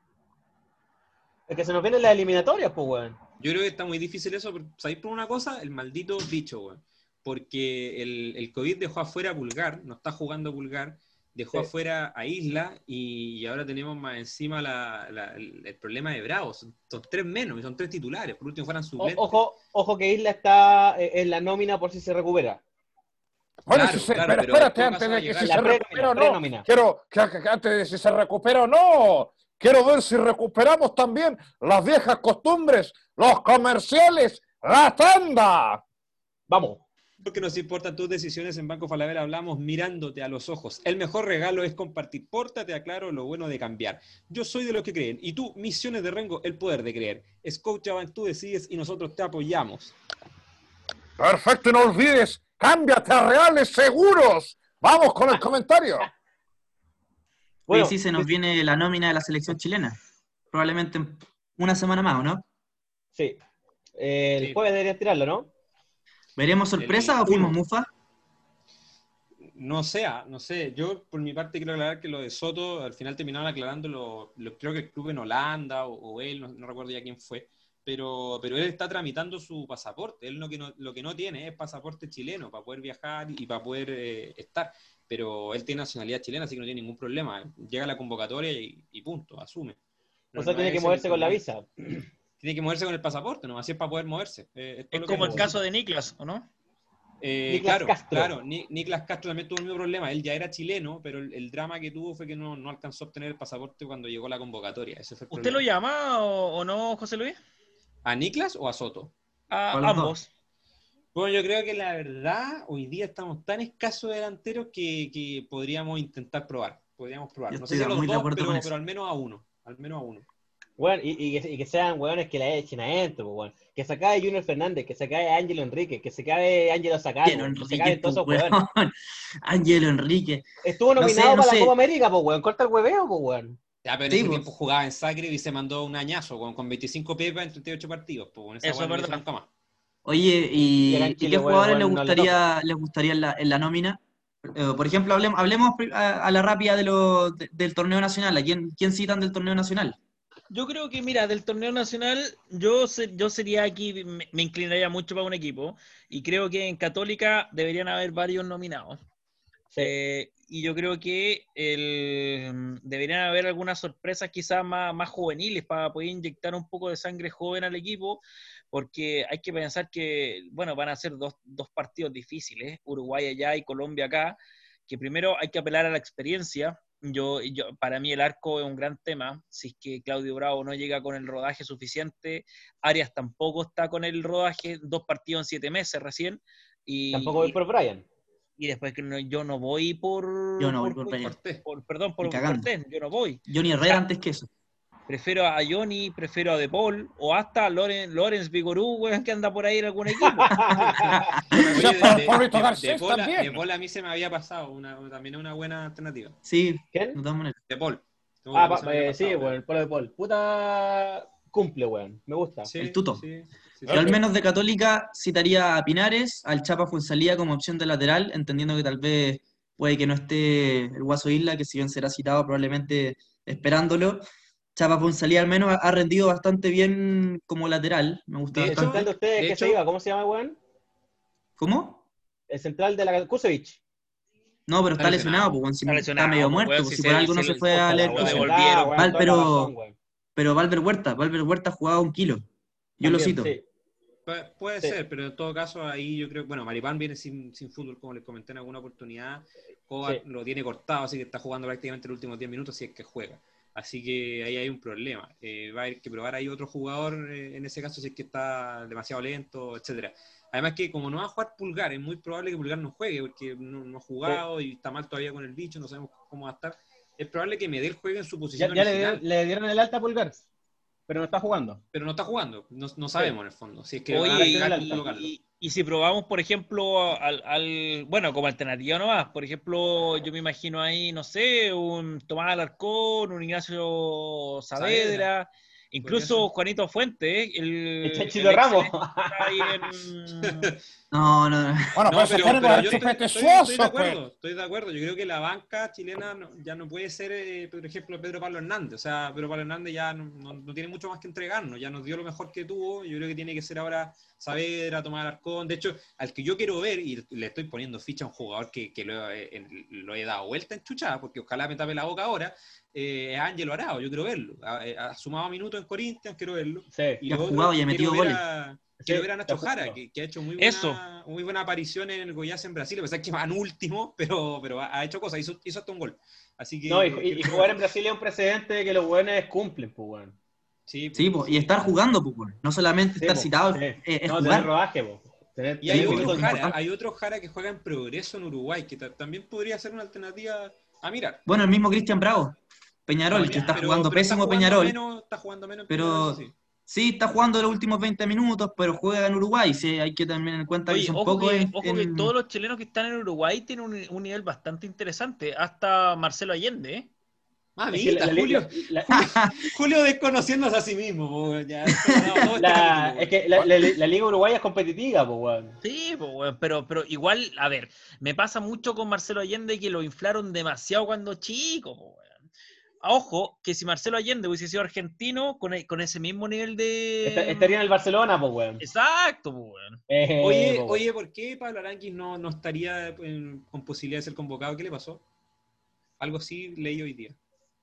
Es que se nos vienen las eliminatorias, pues, weón. Yo creo que está muy difícil eso, porque, ¿sabéis por una cosa? El maldito bicho, weón. Porque el, el COVID dejó afuera a Pulgar, no está jugando Pulgar, dejó Sí. afuera a Isla y, y ahora tenemos más encima la, la- el, el problema de Bravo. Son, son tres menos, y son tres titulares. Por último fueran O- suplentes. ojo, ojo que Isla está eh, en la nómina por si se recupera. Bueno, Claro, si se, claro, pero pero en espérate, todo antes caso va a de que llegar si La se pre- recupera o no, pre-nómina. quiero que, que- que antes de si se recupera o no, quiero ver si recuperamos también las viejas costumbres, los comerciales, la tanda. Vamos. Porque nos importan tus decisiones en Banco Falabella. Hablamos mirándote a los ojos. El mejor regalo es compartir. Pórtate a Claro, lo bueno de cambiar. Yo soy de los que creen. Y tú, Misiones de Rengo, el poder de creer. Scotiabank, tú decides y nosotros te apoyamos. Perfecto, y no olvides, cámbiate a Reales Seguros. Vamos con el comentario. Bueno, sí, se nos viene la nómina de la selección chilena. Probablemente en una semana más, ¿o no? sí. Eh, el Sí. jueves deberían tirarlo, ¿no? ¿Veremos sorpresa El o fuimos uno. mufa? No sé, ah, no sé. Yo, por mi parte, quiero aclarar que lo de Soto, al final terminaron aclarando, lo, lo- creo que el club en Holanda o, o él, no, no recuerdo ya quién fue, pero, pero él está tramitando su pasaporte. Él lo que no, lo que no tiene es pasaporte chileno para poder viajar y para poder eh, estar. Pero él tiene nacionalidad chilena, así que no tiene ningún problema. Llega a la convocatoria y, y punto, asume. No- O sea, no tiene es que ese el moverse con la inconveniente. visa. Tiene que moverse con el pasaporte, ¿no? Así es para poder moverse. Eh, es todo Es lo que como el necesita. caso de Niklas, ¿o no? Eh, Niklas claro, Castro. claro. Ni- Niklas Castro también tuvo el mismo problema. Él ya era chileno, pero el, el drama que tuvo fue que no, no alcanzó a obtener el pasaporte cuando llegó la convocatoria. Ese fue el ¿Usted lo problema. llama o, o no, José Luis? ¿A Niklas o a Soto? A ¿Cuál los dos? ambos. Bueno, yo creo que la verdad, hoy día estamos tan escasos de delanteros que, que podríamos intentar probar. Podríamos probar. Yo No sé estoy si a los muy de dos, acuerdo pero, con eso. pero al menos a uno. Al menos a uno. Bueno, y, y que, y que sean hueones que la echen adentro, pues, weón. Que se acabe Junior Fernández, que se acabe Ángelo Enrique, que se acabe Ángelo Zagallo, Ángelo que se Enrique, acaben todos esos pues, hueones. weón. Ángelo Enrique. Estuvo No nominado sé, no para sé. la Copa América, pues, weón. Corta el hueveo, pues, weón. Ya, pero en Sí, ese pues. tiempo jugaba en Zagreb y se mandó un añazo con, con veinticinco pepas en treinta y ocho partidos. Pues con esa Eso weá es no lo hizo verdad. nunca más. Oye, Y acá ¿y, en ¿y Chile, qué weón, jugadores weón, les no le toca. gustaría, les gustaría en la, en la nómina? Eh, por ejemplo, hablemos, hablemos pri- a, a la rápida de lo, de- del torneo nacional. ¿A quién, quién citan del torneo nacional? Yo creo que, mira, del torneo nacional, yo, se- yo sería aquí, me, me inclinaría mucho para un equipo, y creo que en Católica deberían haber varios nominados. Sí. Eh, y yo creo que el, deberían haber algunas sorpresas quizás más, más juveniles para poder inyectar un poco de sangre joven al equipo, porque hay que pensar que, bueno, van a ser dos, dos partidos difíciles, Uruguay allá y Colombia acá, que primero hay que apelar a la experiencia. Yo, yo, para mí el arco es un gran tema. Si es que Claudio Bravo no llega con el rodaje suficiente, Arias tampoco está con el rodaje, dos partidos en siete meses recién, y, Tampoco voy y, por Brian. y después que no, yo no voy por, Yo no voy por, por Brian. Cortés. por- perdón, Ni por cagando. Cortés, yo no voy. Johnny O Herrera sea, antes que eso. prefiero a Johnny, prefiero a De Paul, o hasta a Loren, Lorenz Vigorú, weón, que anda por ahí en algún equipo. Bueno, ya Oye, para de, de, Pablito de, Garcés de Paul a- también. de Paul a mí se me había pasado. Una, también es una buena alternativa. Sí, ¿Quién? de todas maneras. De Paul. De Paul Ah, a mí pa- se me había eh, sí, pasado, weón, el polo de Paul. Puta cumple, weón. Me gusta. Sí, El tuto. sí, sí, Yo sí. al menos de Católica citaría a Pinares, al Chapa Fuenzalía como opción de lateral, entendiendo que tal vez puede que no esté el Guaso Isla, que si bien será citado probablemente esperándolo. Chapa Fuenzalía al menos ha, ha rendido bastante bien como lateral, me gusta De ¿El hecho, bastante. central de ustedes de que hecho- se iba? ¿Cómo se llama, weón? ¿Cómo? El central de la Kusevich. No, pero está Está lesionado, lesionado. pues, weón, si Está no- lesionado, está medio pues, muerto, weón, pues, si si se- por algo no si se lo- fue a lo leer. Puta, weón, devolvieron. verdad, weón, Val, toda pero- la razón, weón. Pero Valver Huerta, Valver Huerta jugaba un kilo. Yo lo También, cito. sí. Pu- Puede Sí. ser, pero en todo caso ahí yo creo, bueno, Maripán viene sin, sin fútbol, como les comenté en alguna oportunidad. Kovac Sí. lo tiene cortado, así que está jugando prácticamente los últimos diez minutos si es que juega. Así que ahí hay un problema. Eh, va a haber que probar ahí otro jugador, eh, en ese caso, si es que está demasiado lento, etcétera. Además que como no va a jugar Pulgar, es muy probable que Pulgar no juegue, porque no, no ha jugado y está mal todavía con el bicho, no sabemos cómo va a estar. Es probable que Medel juegue en su Ya, posición ya le, original, dieron- le dieron el alta a Pulgar, pero no está jugando. pero no está jugando, no, no sabemos en el fondo. Si es que Oye, van a y, llegar a y- colocarlo. y- y si probamos, por ejemplo, al, al- bueno, como alternativa nomás, por ejemplo, yo me imagino ahí, no sé, un Tomás Alarcón, un Ignacio Saavedra, Saavedra. Incluso Juanito Fuente, el, el Chanchito Ramos. En... No, no. Bueno, No, pues pero, se pone pero con yo estoy, chupete estoy- estoy de suoso, acuerdo, pues. estoy de acuerdo. Yo creo que la banca chilena no- ya no puede ser, eh, por ejemplo, Pedro Pablo Hernández. O sea, Pedro Pablo Hernández ya no, no- no tiene mucho más que entregarnos, ya nos dio lo mejor que tuvo. Yo creo que tiene que ser ahora Saavedra, Tomás Alarcón. De hecho, al que yo quiero ver, y le estoy poniendo ficha a un jugador que, que lo, he, en- lo he dado vuelta en chuchada, porque ojalá me tape la boca ahora, eh, es Ángelo Arao. Yo quiero verlo. Ha, ha sumado minutos en Corinthians, quiero verlo. Sí. Y Y ha lo otro, jugado y ha quiero metido ver goles. a- Sí, Quiero ver a Nacho está Jara, jugando. que, que ha hecho muy buena, Eso. muy buena aparición en el Goiás en Brasil, a pesar que van último, pero, pero ha ha hecho cosas, hizo, hizo hasta un gol. Así que, No, y, eh, y- y creo jugar que- en Brasil es un precedente de que los buenos cumplen, pues, weón. Sí, Sí, po, y estar jugando, pues, weón. No solamente Sí, estar po, citado, sí. es, es No, tener jugar. rodaje, po. Tener, Y hay Sí, tener pues, otro es minutos. Jara, importante. hay otro Jara que juega en Progreso en Uruguay, que ta- también podría ser una alternativa a mirar. Bueno, el mismo Cristian Bravo, Peñarol, También, que está pero- jugando pero está pésimo jugando Peñarol, menos- está jugando menos en pero Peñarol, eso sí. sí, está jugando los últimos veinte minutos, pero juega en Uruguay. Sí, hay que tener en cuenta que Oye, son ojo, pocos que, en- ojo que en- todos los chilenos que están en Uruguay tienen un, un nivel bastante interesante. Hasta Marcelo Allende, ¿eh? Ah, Es que mira, la- la- Julio, la- Julio desconociéndose a sí mismo. po, ya, esto ha ganado todo este la- capítulo, es que la, la- la Liga Uruguaya es competitiva, pues, weón. Sí, pues, weón, pero, pero igual, a ver, me pasa mucho con Marcelo Allende que lo inflaron demasiado cuando chico, pues, weón. Ojo, que si Marcelo Allende hubiese sido argentino, con, e- con ese mismo nivel de... Está- Estaría en el Barcelona, pues, weón. Exacto, pues, weón. Eh, Oye, pues, weón. oye, ¿por qué Pablo Aranguis no, no estaría en- con posibilidad de ser convocado? ¿Qué le pasó? Algo así leí hoy día.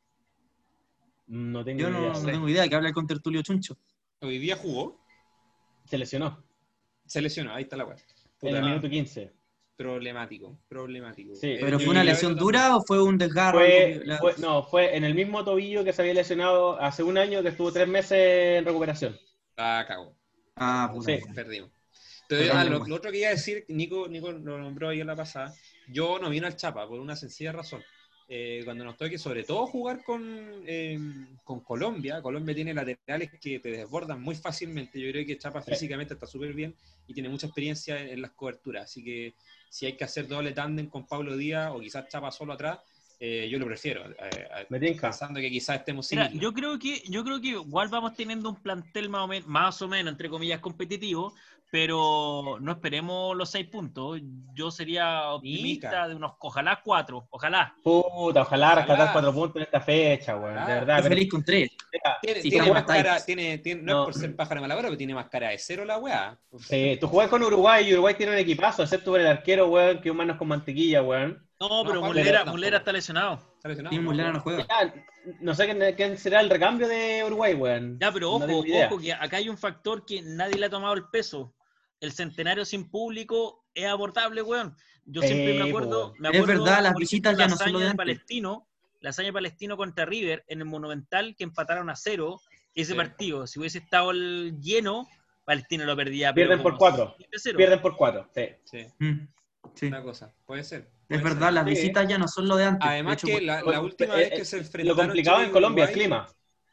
No tengo Yo ni no, idea. no tengo idea que habla con Tertulio Chuncho. Hoy día jugó, Se lesionó se lesionó, ahí está la weá. en el Puta, minuto quince. problemático, problemático. Sí. Eh, ¿Pero yo fue una creo que lesión también. dura o fue un desgarro? Fue, algo que la- fue- no, fue en el mismo tobillo que se había lesionado hace un año, que estuvo tres meses en recuperación. Ah, cago. Ah, puta. Sí. Perdimos. Entonces, Perdón, ah, lo, igual. lo otro que iba a decir, Nico, Nico lo nombró ayer la pasada, yo no vino al Chapa por una sencilla razón. Eh, cuando nos toque, sobre todo jugar con, eh, con Colombia, Colombia tiene laterales que te desbordan muy fácilmente. Yo creo que Chapa físicamente está súper bien y tiene mucha experiencia en, en las coberturas. Así que si hay que hacer doble tándem con Pablo Díaz o quizás Chapa solo atrás, eh, yo lo prefiero. eh, eh, Me tinca. pensando que quizás estemos Mira, sin. yo creo que yo creo que igual vamos teniendo un plantel más o menos, más o menos entre comillas competitivo, pero no esperemos los seis puntos. Yo sería optimista Nica. de unos, ojalá cuatro, ojalá. Puta, ojalá rescatar Ojalá. cuatro puntos en esta fecha, weón. Ojalá. De verdad. Estoy pero- feliz con tres. mira, Tiene, Sí, tiene estamos más tight. cara, tiene, tiene- no, No. es por ser pájaro de mala hora, pero tiene más cara de cero la weá. sí, tú jugás con Uruguay y Uruguay tiene un equipazo, excepto por el arquero, weón, que humanos con mantequilla, weón. No, pero Juan Mulera, Mulera tampoco. Mulera está lesionado. ¿Está lesionado? Tim No, Mulera no. no juega. Ya, no sé quién, quién será el recambio de Uruguay, weón. Ya, pero No ojo, tengo idea. ojo, que acá hay un factor que nadie le ha tomado el peso. El centenario sin público es abordable, weón. Yo Sí, siempre me pues, acuerdo, weón. me Es acuerdo, verdad, las por visitas ejemplo, ya no la son lo hazaña de de antes. Palestino, la hazaña de Palestino contra River en el Monumental, que empataron a cero. Ese Sí. partido, si hubiese estado el lleno, Palestino lo perdía. Pierden pero por como cuatro. siete cero. Pierden por cuatro, sí. Sí, Mm, sí. una cosa. Puede ser. Es puede verdad, ser. las Sí. visitas ya no son lo de antes. De Además hecho, que por- la, la Bueno, última eh, vez eh, que se Lo enfrentaron complicado Chile en y Colombia es Uruguay- clima.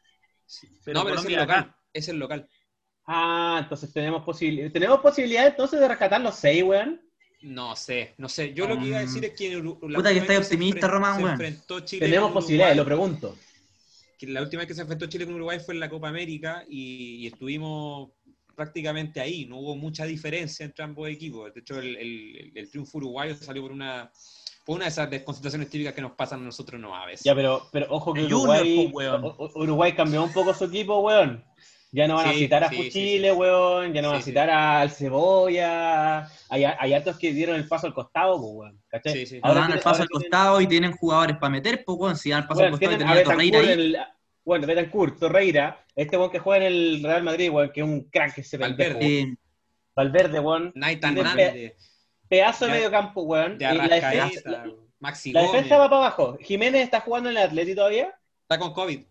Pero no, pero es el Colombia local. acá. Es el local. Ah, entonces tenemos posibilidad. ¿Tenemos posibilidad entonces de rescatar los seis, weón? No sé, no sé. Yo lo que iba a decir es que en Uru- la Puta que última estáis vez se optimista, enfren- Román, se weón. enfrentó Chile Tenemos con posibilidades, lo Uruguay, pregunto. que la última vez que se enfrentó Chile con Uruguay fue en la Copa América y, y estuvimos prácticamente ahí. No hubo mucha diferencia entre ambos equipos. De hecho, el, el- el triunfo uruguayo salió por una, por una de esas desconcentraciones típicas que nos pasan a nosotros no a veces. Ya, pero, pero ojo que El Uruguay, Junior, po, weón. U- U- Uruguay cambió un poco su equipo, weón. Ya no van a Sí, citar a sí, Fuchile, sí, sí. weón. Ya no van a Sí, sí. citar al Cebolla. Hay, hay hartos que dieron el paso al costado, pues, weón. ¿Cachai? Sí, sí. ahora dan tienen- el paso ahora al tienen- costado y tienen jugadores para meter, pues bueno, si dan el paso weón, al costado y tienen a tenían a Torreira Betancourt ahí. en el- bueno, Betancourt, Torreira, este weón que juega en el Real Madrid, weón, que es un crack ese Valverde. pendejo. Eh, Valverde, weón. Nathan Y de- Hernández, Pedazo de de- medio campo, weón. de Y la defensa, Arrascaeta, la, Maxi la Gómez. defensa va para abajo. Jiménez está jugando en el Atleti todavía. Está con COVID.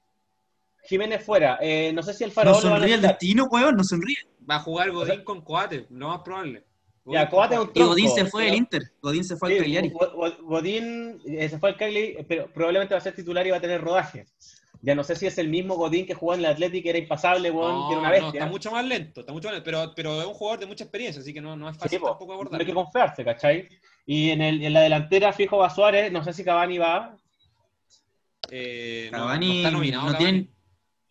Jiménez fuera. Eh, no sé si el no faraón lo van a sonríe el citar. destino, weón, no sonríe. Va a jugar Godín con Coate, lo más probable. Godín Ya, con Coate es un Y tronco. Godín se fue pero- del Inter, Godín se fue al Sí, Cagliari. Go- Go- Godín eh, se fue al Cagliari, pero probablemente va a ser titular y va a tener rodaje. Ya no sé si es el mismo Godín que jugó en el Atlético, que era impasable, weón, No, que era una no, bestia. está mucho más lento, está mucho más lento, pero, pero es un jugador de mucha experiencia, así que no, no es Sí, fácil po, tampoco no abordar. hay que confiarse, ¿cachai? Y en, el, en la delantera fijo va Suárez, no sé si Cavani va. Eh, no- Cavani no está nominado no Cavani. tiene-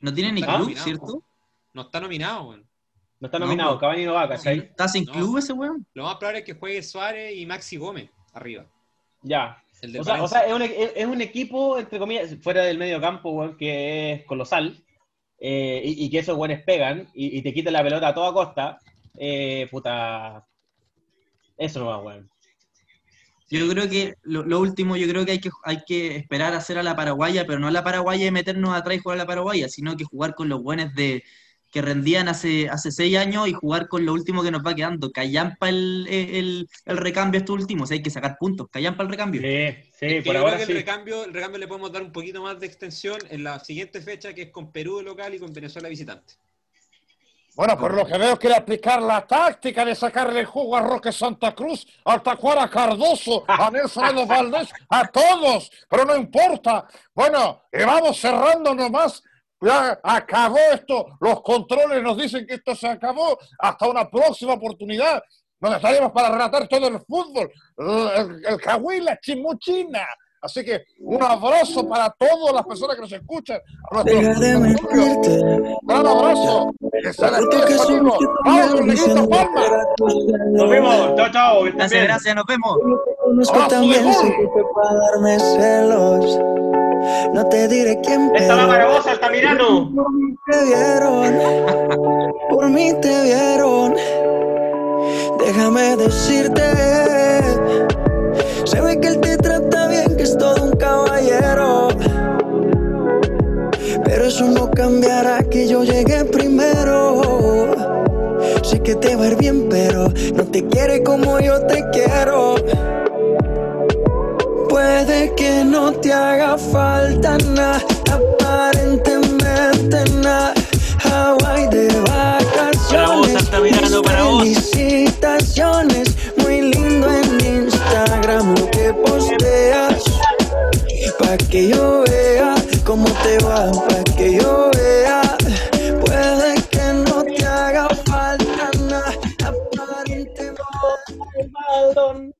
No tiene ni está club, nominado, ¿cierto? No está nominado, weón. No está nominado, No, Cavani no va, ¿cachai? ¿Está sin No. club ese weón? Lo más probable es que juegue Suárez y Maxi Gómez arriba. Ya. El del O sea, o Valencia. sea es, un, es, es un equipo, entre comillas, fuera del medio campo, weón, que es colosal, eh, y, y que esos weones pegan y, y te quitan la pelota a toda costa. Eh, puta. Eso no va, weón. Yo creo que lo, lo último, yo creo que hay que hay que esperar a hacer a la paraguaya, pero no a la paraguaya y meternos atrás y jugar a la paraguaya, sino que jugar con los buenos de que rendían hace, hace seis años y jugar con lo último que nos va quedando. Callampa el, el, el recambio estos últimos, hay que sacar puntos. Callampa el recambio. Sí, sí, Es que por yo ahora creo que sí. el recambio, el recambio le podemos dar un poquito más de extensión en la siguiente fecha, que es con Perú de local y con Venezuela visitante. Bueno, por lo que veo quiere aplicar la táctica de sacarle el jugo a Roque Santa Cruz, al Tacuara a Cardoso, a Nelson Valdés, a todos, pero no importa. Bueno, y vamos cerrando nomás. Ya acabó esto, los controles nos dicen que esto se acabó. Hasta una próxima oportunidad, donde estaremos para relatar todo el fútbol, el, el Cahuila, Chimuchina. Así que un abrazo para todas las personas que nos escuchan. A Deja de mentirte. gran abrazo. Que se Porque despide soy conmigo. que Vamos, también Enriquito dicen que Palma. era tu Nos vemos. celos. Chao, chao. que estén Gracias, bien. gracias, nos vemos. Yo te conozco Abrazo de también, gol. sé que fue para darme celos. No te diré quién, Esta va pero para vos, Altamirano. por mí te vieron, por mí te vieron. Déjame decirte, se ve que él te trata bien, que es todo un caballero. Pero eso no cambiará que yo llegué primero. Sé que te va a ir bien, pero no te quiere como yo te quiero. Puede que no te haga falta nada, aparentemente nada. Hawaii de vacaciones. Para vos, Altamirano, para vos. Felicitaciones, muy lindo en Instagram lo que posteas. Pa' que yo vea cómo te va, pa' que yo vea. Puede que no te haga falta nada, aparentemente.